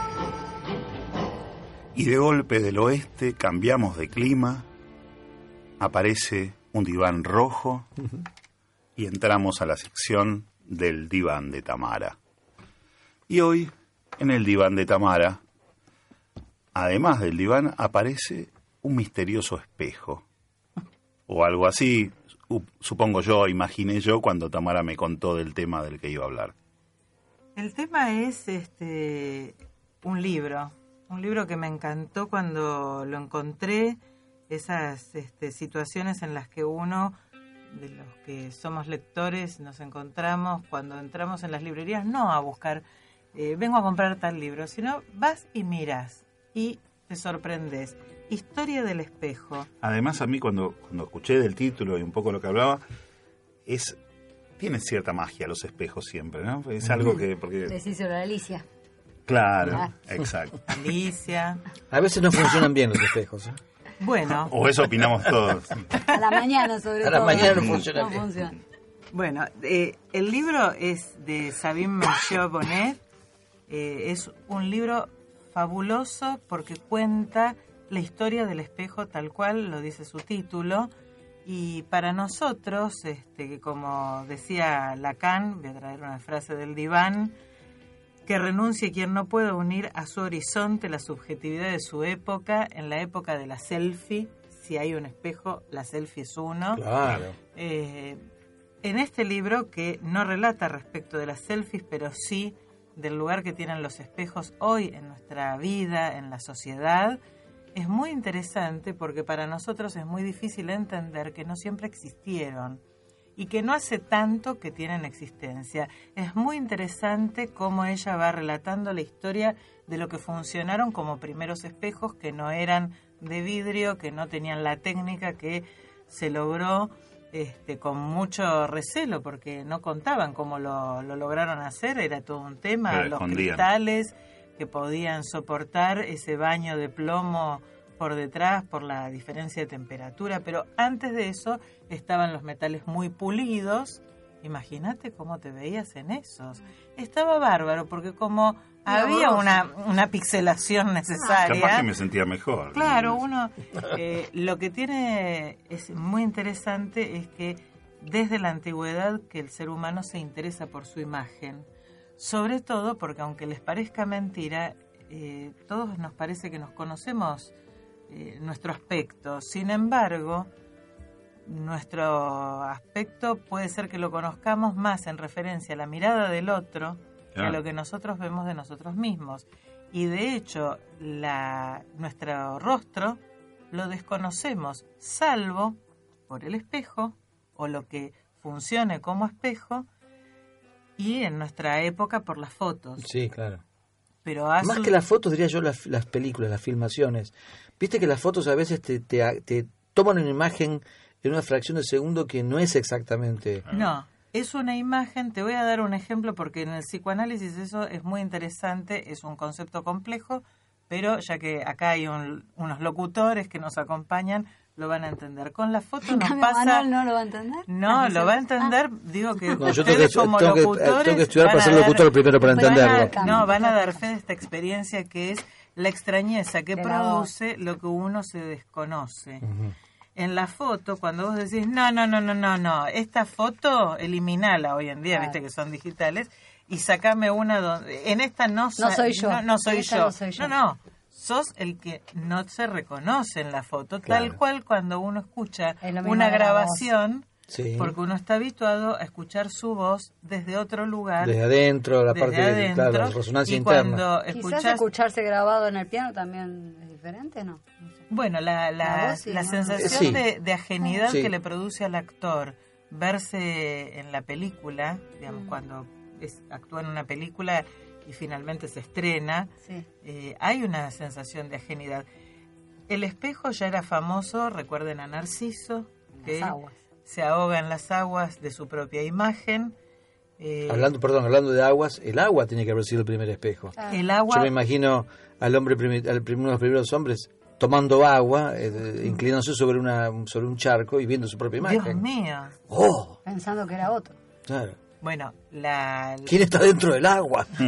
Speaker 1: Y de golpe del oeste cambiamos de clima aparece un diván rojo y entramos a la sección del diván de Tamara. Y hoy, en el diván de Tamara, además del diván, aparece un misterioso espejo. O algo así, supongo yo, imaginé yo cuando Tamara me contó del tema del que iba a hablar.
Speaker 4: El tema es un libro que me encantó cuando lo encontré, esas situaciones en las que uno, de los que somos lectores, nos encontramos cuando entramos en las librerías, no a buscar, vengo a comprar tal libro, sino vas y miras y te sorprendes. Historia del espejo.
Speaker 1: Además, a mí cuando escuché del título y un poco lo que hablaba, tiene cierta magia los espejos siempre, ¿no? Es algo que... porque
Speaker 2: decís sobre Alicia.
Speaker 1: Claro, exacto.
Speaker 4: Alicia.
Speaker 3: A veces no funcionan bien los espejos, ¿eh?
Speaker 4: Bueno.
Speaker 1: O eso opinamos todos.
Speaker 2: A la mañana, sobre todo.
Speaker 3: A la mañana no funciona bien.
Speaker 4: Bueno, el libro es de Sabine Mercier Bonnet. Es un libro fabuloso porque cuenta la historia del espejo tal cual lo dice su título. Y para nosotros, que como decía Lacan, voy a traer una frase del diván, que renuncie quien no pueda unir a su horizonte la subjetividad de su época, en la época de la selfie. Si hay un espejo, la selfie es uno.
Speaker 3: Claro.
Speaker 4: En este libro, que no relata respecto de las selfies, pero sí del lugar que tienen los espejos hoy en nuestra vida, en la sociedad, es muy interesante porque para nosotros es muy difícil entender que no siempre existieron y que no hace tanto que tienen existencia. Es muy interesante cómo ella va relatando la historia de lo que funcionaron como primeros espejos que no eran de vidrio, que no tenían la técnica que se logró con mucho recelo, porque no contaban cómo lo lograron hacer, era todo un tema, los cristales que podían soportar ese baño de plomo por detrás por la diferencia de temperatura, pero antes de eso estaban los metales muy pulidos. Imagínate cómo te veías en esos. Estaba bárbaro, porque como había una pixelación necesaria.
Speaker 1: Capaz que me sentía mejor.
Speaker 4: Claro, uno lo que tiene es muy interesante es que desde la antigüedad que el ser humano se interesa por su imagen. Sobre todo porque aunque les parezca mentira, todos nos parece que nos conocemos nuestro aspecto. Sin embargo, nuestro aspecto puede ser que lo conozcamos más en referencia a la mirada del otro que a lo que nosotros vemos de nosotros mismos. Y de hecho, nuestro rostro lo desconocemos, salvo por el espejo o lo que funcione como espejo, y en nuestra época por las fotos.
Speaker 3: Sí, claro.
Speaker 4: Pero
Speaker 3: más que las fotos, diría yo, las películas, las filmaciones. Viste que las fotos a veces te toman una imagen en una fracción de segundo que no es exactamente...
Speaker 4: No, es una imagen. Te voy a dar un ejemplo porque en el psicoanálisis eso es muy interesante, es un concepto complejo, pero ya que acá hay unos locutores que nos acompañan, lo van a entender. Con la foto nos pasa...
Speaker 2: ¿Manuel no lo va a entender?
Speaker 4: No, lo va a entender, digo que
Speaker 3: no, yo
Speaker 4: ustedes como locutores...
Speaker 3: Tengo que estudiar para ser locutor primero para entenderlo.
Speaker 4: Van a dar fe de esta experiencia que es la extrañeza que produce lo que uno se desconoce. Uh-huh. En la foto, cuando vos decís, no, esta foto, eliminala hoy en día, viste que son digitales, y sacame una donde... En esta no soy yo. No soy yo. No. Sos el que no se reconoce en la foto, claro. Tal cual cuando uno escucha una grabación, sí. Porque uno está habituado a escuchar su voz desde otro lugar.
Speaker 3: Desde adentro, la resonancia interna.
Speaker 2: Quizás escucharse grabado en el piano también es diferente, ¿no?
Speaker 4: Bueno, la sensación de ajenidad que le produce al actor verse en la película, digamos, cuando actúa en una película y finalmente se estrena, hay una sensación de ajenidad. El espejo ya era famoso, recuerden a Narciso, que se ahoga en las aguas de su propia imagen.
Speaker 3: Hablando de aguas, el agua tiene que haber sido el primer espejo.
Speaker 4: El agua,
Speaker 3: yo me imagino al hombre, uno de los primeros hombres tomando agua, inclinándose sobre un charco y viendo su propia imagen.
Speaker 4: Dios mío.
Speaker 2: Pensando que era otro.
Speaker 3: Claro.
Speaker 4: Bueno,
Speaker 3: ¿quién está dentro del agua?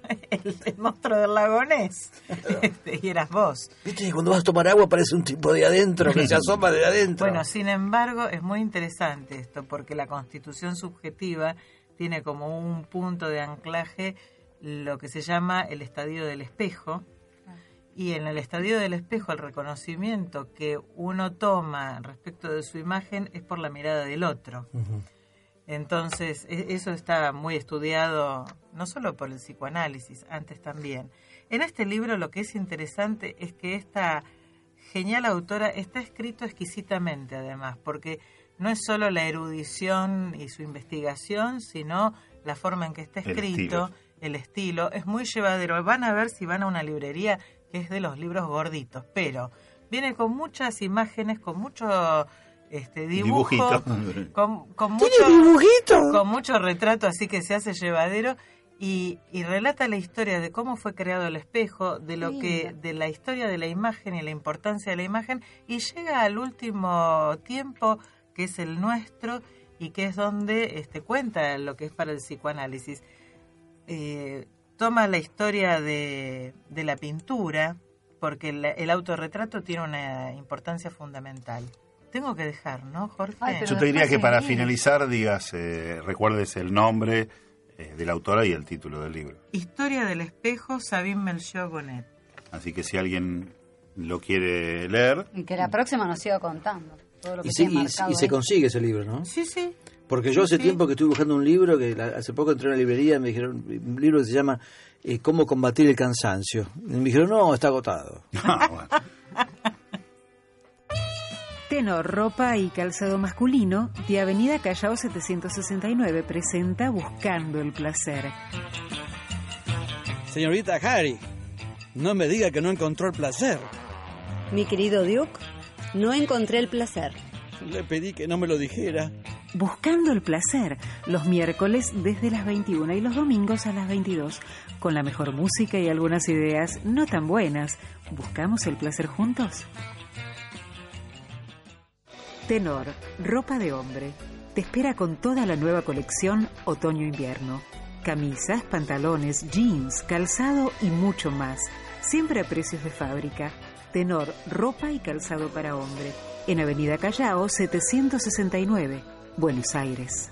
Speaker 4: el monstruo del lago Ness. Y eras vos.
Speaker 3: Viste, cuando vas a tomar agua aparece un tipo de adentro que se asoma de adentro.
Speaker 4: Bueno, sin embargo, es muy interesante esto, porque la constitución subjetiva tiene como un punto de anclaje lo que se llama el estadio del espejo. Y en el estadio del espejo, el reconocimiento que uno toma respecto de su imagen es por la mirada del otro. Uh-huh. Entonces, eso está muy estudiado, no solo por el psicoanálisis, antes también. En este libro lo que es interesante es que esta genial autora está escrito exquisitamente, además, porque no es solo la erudición y su investigación, sino la forma en que está escrito, el estilo. Es muy llevadero. Van a ver si van a una librería que es de los libros gorditos, pero viene con muchas imágenes, con mucho dibujo, con mucho retrato, así que se hace llevadero y relata la historia de cómo fue creado el espejo, de la historia de la imagen y la importancia de la imagen, y llega al último tiempo, que es el nuestro, y que es donde cuenta lo que es para el psicoanálisis. Toma la historia de la pintura, porque el autorretrato tiene una importancia fundamental. Tengo que dejar, ¿no, Jorge?
Speaker 1: Yo te diría que para finalizar digas, recuerdes el nombre de la autora y el título del libro.
Speaker 4: Historia del espejo, Sabine Melchior Bonnet.
Speaker 1: Así que si alguien lo quiere leer...
Speaker 2: Y que la próxima nos siga contando todo lo que
Speaker 3: y se consigue ese libro, ¿no?
Speaker 4: Sí, sí.
Speaker 3: Porque yo hace tiempo que estuve buscando un libro, que hace poco entré a una librería y me dijeron, un libro que se llama ¿Cómo combatir el cansancio? Y me dijeron, no, está agotado.
Speaker 7: Bueno. Tenor, ropa y calzado masculino, de Avenida Callao 769, presenta Buscando el Placer.
Speaker 8: Señorita Harry, no me diga que no encontró el placer.
Speaker 2: Mi querido Duke, no encontré el placer.
Speaker 8: Le pedí que no me lo dijera.
Speaker 7: Buscando el Placer, los miércoles desde las 21 y los domingos a las 22, con la mejor música y algunas ideas no tan buenas. ¿Buscamos el placer juntos? Tenor, ropa de hombre, te espera con toda la nueva colección otoño-invierno. Camisas, pantalones, jeans, calzado y mucho más, siempre a precios de fábrica. Tenor, ropa y calzado para hombre, en Avenida Callao 769, Buenos Aires.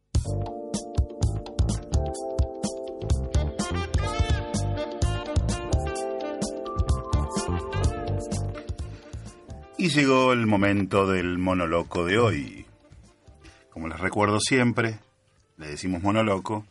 Speaker 1: Y llegó el momento del monoloco de hoy. Como les recuerdo siempre, le decimos monoloco.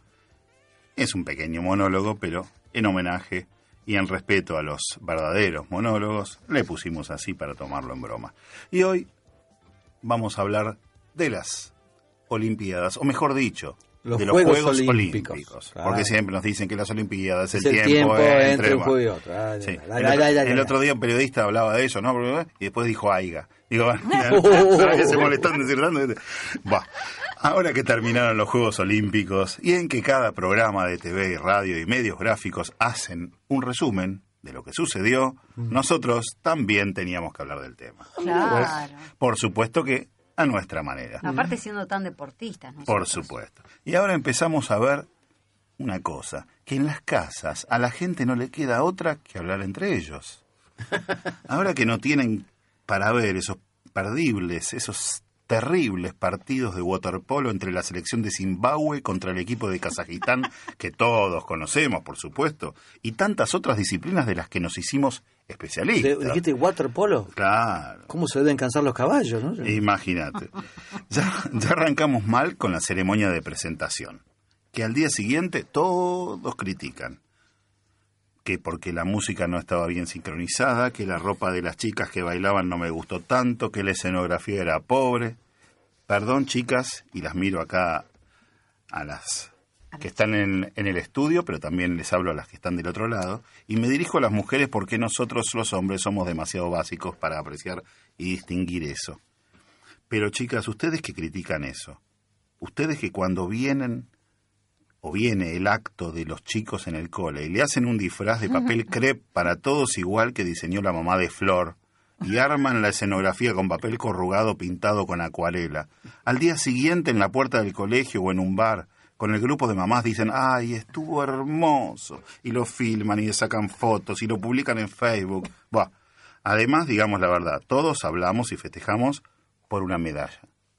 Speaker 1: Es un pequeño monólogo, pero en homenaje y en respeto a los verdaderos monólogos, le pusimos así para tomarlo en broma. Y hoy vamos a hablar de las Olimpiadas, o mejor dicho, de los Juegos Olímpicos. Claro. Porque siempre nos dicen que las Olimpiadas es el tiempo entre un juego y otro. Sí. El otro día un periodista hablaba de eso, ¿no? Y después dijo aiga. Digo, ¿sabes que se molestó en decir tanto? Bah. Ahora que terminaron los Juegos Olímpicos y en que cada programa de TV, radio y medios gráficos hacen un resumen de lo que sucedió, nosotros también teníamos que hablar del tema.
Speaker 2: Claro.
Speaker 1: Por supuesto que a nuestra manera.
Speaker 2: Aparte siendo tan deportistas. Nosotros.
Speaker 1: Por supuesto. Y ahora empezamos a ver una cosa, que en las casas a la gente no le queda otra que hablar entre ellos. Ahora que no tienen para ver esos perdibles, esos terribles partidos de waterpolo entre la selección de Zimbabue contra el equipo de Kazajistán, que todos conocemos, por supuesto, y tantas otras disciplinas de las que nos hicimos especialistas.
Speaker 3: ¿Dijiste waterpolo?
Speaker 1: Claro.
Speaker 3: ¿Cómo se deben cansar los caballos, no?
Speaker 1: Imagínate. Ya arrancamos mal con la ceremonia de presentación, que al día siguiente todos critican. Que porque la música no estaba bien sincronizada, que la ropa de las chicas que bailaban no me gustó tanto, que la escenografía era pobre. Perdón, chicas, y las miro acá a las que están en el estudio, pero también les hablo a las que están del otro lado, y me dirijo a las mujeres porque nosotros los hombres somos demasiado básicos para apreciar y distinguir eso. Pero chicas, ustedes que critican eso, ustedes que cuando viene el acto de los chicos en el cole y le hacen un disfraz de papel crepe para todos igual que diseñó la mamá de Flor y arman la escenografía con papel corrugado pintado con acuarela, al día siguiente en la puerta del colegio o en un bar,
Speaker 20: con el grupo de mamás dicen, ¡ay, estuvo hermoso! Y lo filman y le sacan fotos y lo publican en Facebook. Buah. Además, digamos la verdad, todos hablamos y festejamos por una medalla.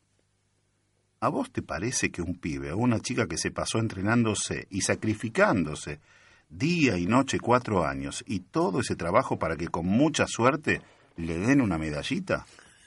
Speaker 20: ¿A vos te parece que un pibe o una chica que se pasó entrenándose y sacrificándose día y noche 4 años y todo ese trabajo para que con mucha suerte le den una medallita?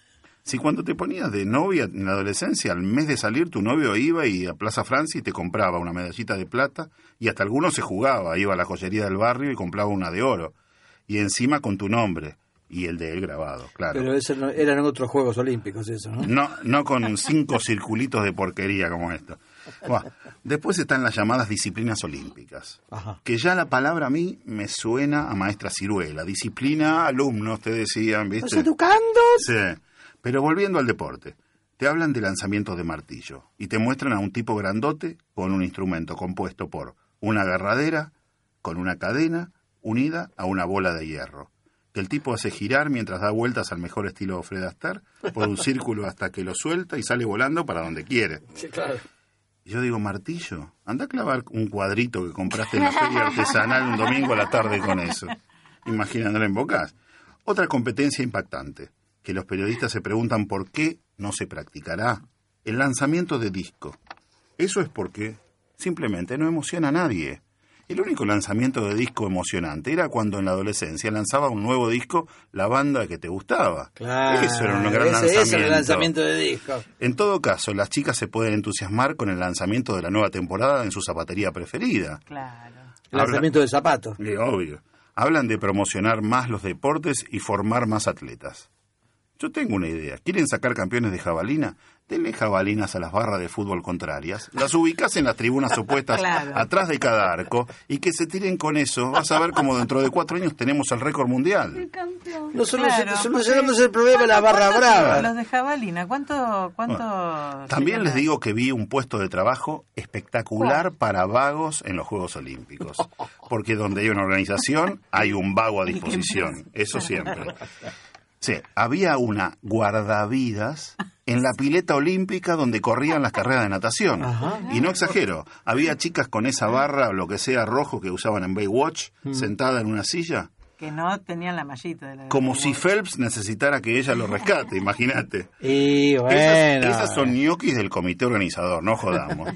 Speaker 20: Si cuando te ponías de novia en la adolescencia, al mes de salir tu novio iba y a Plaza Francia y te compraba una medallita de plata y hasta algunos se jugaba, iba a la joyería del barrio y compraba una de oro y encima con tu nombre. Y el de él grabado, claro.
Speaker 3: Pero eso no, eran otros Juegos Olímpicos, eso, ¿no?
Speaker 20: No con 5 circulitos de porquería como esto. Bueno, después están las llamadas disciplinas olímpicas.
Speaker 3: Ajá.
Speaker 20: Que ya la palabra a mí me suena a maestra ciruela. Disciplina, alumnos, te decían, ¿viste?
Speaker 3: ¿Los educandos?
Speaker 20: Sí. Pero volviendo al deporte, te hablan de lanzamientos de martillo y te muestran a un tipo grandote con un instrumento compuesto por una agarradera con una cadena unida a una bola de hierro, que el tipo hace girar mientras da vueltas al mejor estilo Fred Astaire por un círculo hasta que lo suelta y sale volando para donde quiere.
Speaker 3: Sí, claro.
Speaker 20: Y yo digo, martillo, anda a clavar un cuadrito que compraste en la feria artesanal un domingo a la tarde con eso. Imaginándolo en bocas. Otra competencia impactante, que los periodistas se preguntan por qué no se practicará: el lanzamiento de disco. Eso es porque simplemente no emociona a nadie. El único lanzamiento de disco emocionante era cuando en la adolescencia lanzaba un nuevo disco la banda que te gustaba.
Speaker 3: Claro,
Speaker 20: eso era un gran lanzamiento.
Speaker 3: Ese era el lanzamiento de disco.
Speaker 20: En todo caso, las chicas se pueden entusiasmar con el lanzamiento de la nueva temporada en su zapatería preferida.
Speaker 4: Claro.
Speaker 3: El lanzamiento de zapatos.
Speaker 20: Obvio. Hablan de promocionar más los deportes y formar más atletas. Yo tengo una idea. ¿Quieren sacar campeones de jabalina? Denle jabalinas a las barras de fútbol contrarias. Las ubicás en las tribunas opuestas, claro, atrás de cada arco, y que se tiren con eso. Vas a ver cómo dentro de 4 años tenemos el récord mundial.
Speaker 3: No solucionamos el problema de la barra brava.
Speaker 4: Los de jabalina, ¿cuánto?
Speaker 20: También les digo que vi un puesto de trabajo espectacular para vagos en los Juegos Olímpicos. Porque donde hay una organización, hay un vago a disposición. Eso siempre. Sí, había una guardavidas en la pileta olímpica donde corrían las carreras de natación. Ajá. Y no exagero, había chicas con esa barra o lo que sea rojo que usaban en Baywatch, sentada en una silla.
Speaker 4: Que no tenían la mallita de la
Speaker 20: como si Phelps necesitara que ella lo rescate, imagínate.
Speaker 3: Y bueno.
Speaker 20: Esas son ñoquis del comité organizador, no jodamos.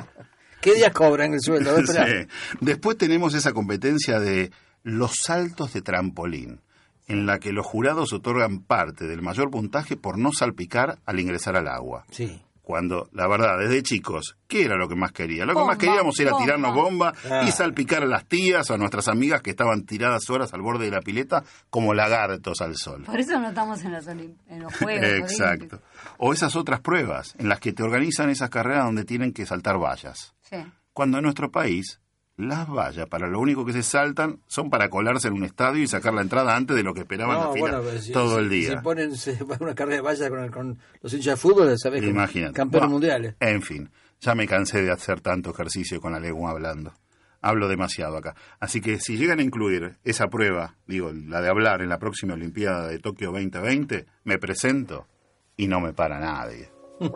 Speaker 3: ¿Qué días cobran el sueldo?
Speaker 20: Sí. Después tenemos esa competencia de los saltos de trampolín, en la que los jurados otorgan parte del mayor puntaje por no salpicar al ingresar al agua.
Speaker 3: Sí.
Speaker 20: Cuando, la verdad, desde chicos, ¿qué era lo que más quería? Lo que más queríamos era tirarnos bomba y salpicar a las tías o a nuestras amigas que estaban tiradas horas al borde de la pileta como lagartos al sol.
Speaker 2: Por eso no estamos en los Juegos.
Speaker 20: Exacto. O esas otras pruebas en las que te organizan esas carreras donde tienen que saltar vallas.
Speaker 2: Sí.
Speaker 20: Cuando en nuestro país las vallas, para lo único que se saltan, son para colarse en un estadio y sacar la entrada antes de lo que esperaban la fila todo el día.
Speaker 3: Se ponen una carrera de vallas con los hinchas de fútbol, ¿sabes?
Speaker 20: Imagínate.
Speaker 3: Campeones mundiales.
Speaker 20: En fin, ya me cansé de hacer tanto ejercicio con la lengua hablando. Hablo demasiado acá. Así que si llegan a incluir esa prueba, la de hablar en la próxima Olimpiada de Tokio 2020, me presento y no me para nadie.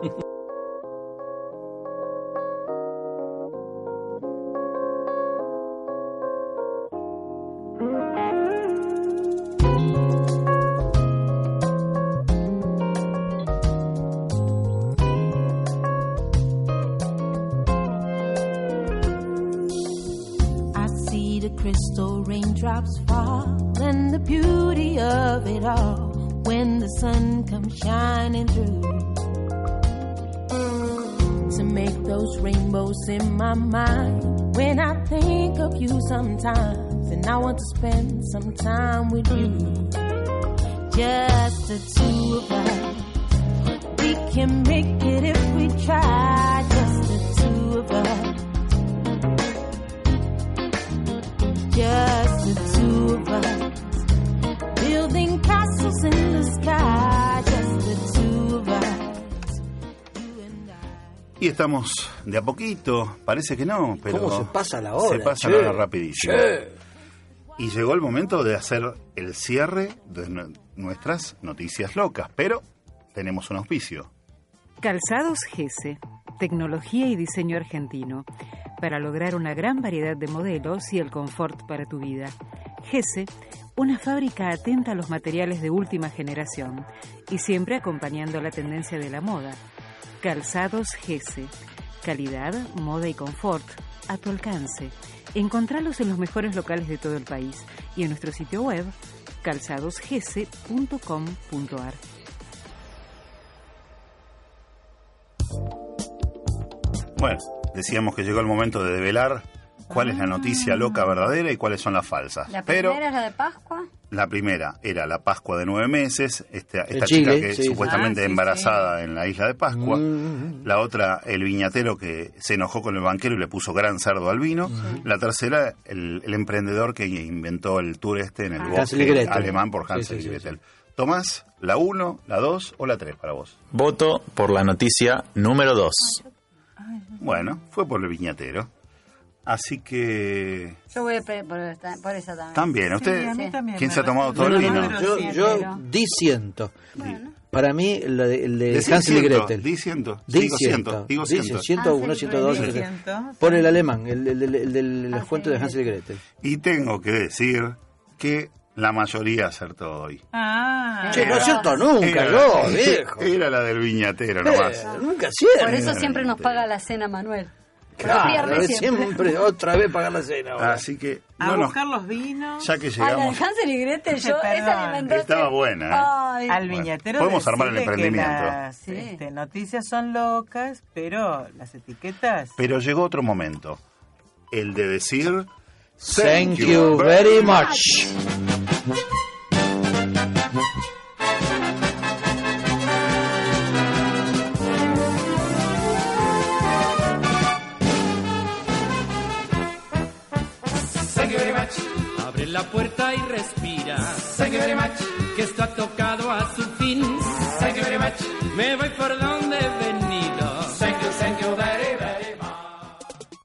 Speaker 21: Raindrops fall and the beauty of it all when the sun comes shining through to make those rainbows in my mind when I think of you sometimes and I want to spend some time with you, just the two of us. We can make it if we try, just the two of us. Just the two of us, building castles in the sky, just the two of us, you and I.
Speaker 20: Y estamos de a poquito, parece que no, pero
Speaker 3: ¿cómo se pasa la hora?
Speaker 20: Se pasa la hora rapidísimo. Y llegó el momento de hacer el cierre de nuestras noticias locas, pero tenemos un auspicio.
Speaker 7: Calzados Gese. tecnología y diseño argentino, para lograr una gran variedad de modelos y el confort para tu vida. Gese, una fábrica atenta a los materiales de última generación y siempre acompañando la tendencia de la moda. Calzados Gese, calidad, moda y confort a tu alcance. Encontralos en los mejores locales de todo el país y en nuestro sitio web calzadosgese.com.ar.
Speaker 20: Bueno, decíamos que llegó el momento de develar cuál es la noticia loca verdadera y cuáles son las falsas.
Speaker 2: La primera es la de Pascua.
Speaker 20: La primera era la Pascua de 9 meses, esta
Speaker 3: Chile,
Speaker 20: chica que supuestamente embarazada en la isla de Pascua. La otra, el viñatero que se enojó con el banquero y le puso gran cerdo al vino. La tercera, el emprendedor que inventó el tour en el bosque alemán por Hansel y Gretel. Tomás, ¿la 1, la 2 o la 3 para vos?
Speaker 5: Voto por la noticia número 2.
Speaker 20: Bueno, fue por el viñatero. Así que...
Speaker 2: Yo voy por esa también.
Speaker 20: También, ¿usted?
Speaker 2: Sí, a mí también.
Speaker 20: ¿Quién se ha tomado todo el vino?
Speaker 3: Yo disiento.
Speaker 2: Bueno.
Speaker 3: Para mí, el de Hansel y Gretel.
Speaker 20: Digo
Speaker 3: 101, 102. Por el alemán, el del cuento de Hansel y Gretel.
Speaker 20: Y tengo que decir que la mayoría acertó hoy.
Speaker 3: Che, no acierto nunca, viejo.
Speaker 20: Era la del viñatero nomás.
Speaker 3: Nunca acierto.
Speaker 2: Por eso siempre nos paga la cena, Manuel.
Speaker 3: Claro, siempre otra vez pagar la cena. Ahora.
Speaker 20: Así que
Speaker 4: a buscar los vinos.
Speaker 20: Ya que
Speaker 2: A
Speaker 20: llegamos.
Speaker 2: la de Hansel y Gretel, esa alimentación.
Speaker 20: Estaba buena.
Speaker 4: Al viñatero.
Speaker 20: Podemos armar el emprendimiento.
Speaker 4: Las noticias son locas, pero las etiquetas.
Speaker 20: Pero llegó otro momento. El de decir
Speaker 3: Thank you very much.
Speaker 22: Abre la puerta y respira. Thank you very much. Que esto ha tocado a su fin. Thank you very much. Me voy por donde venía.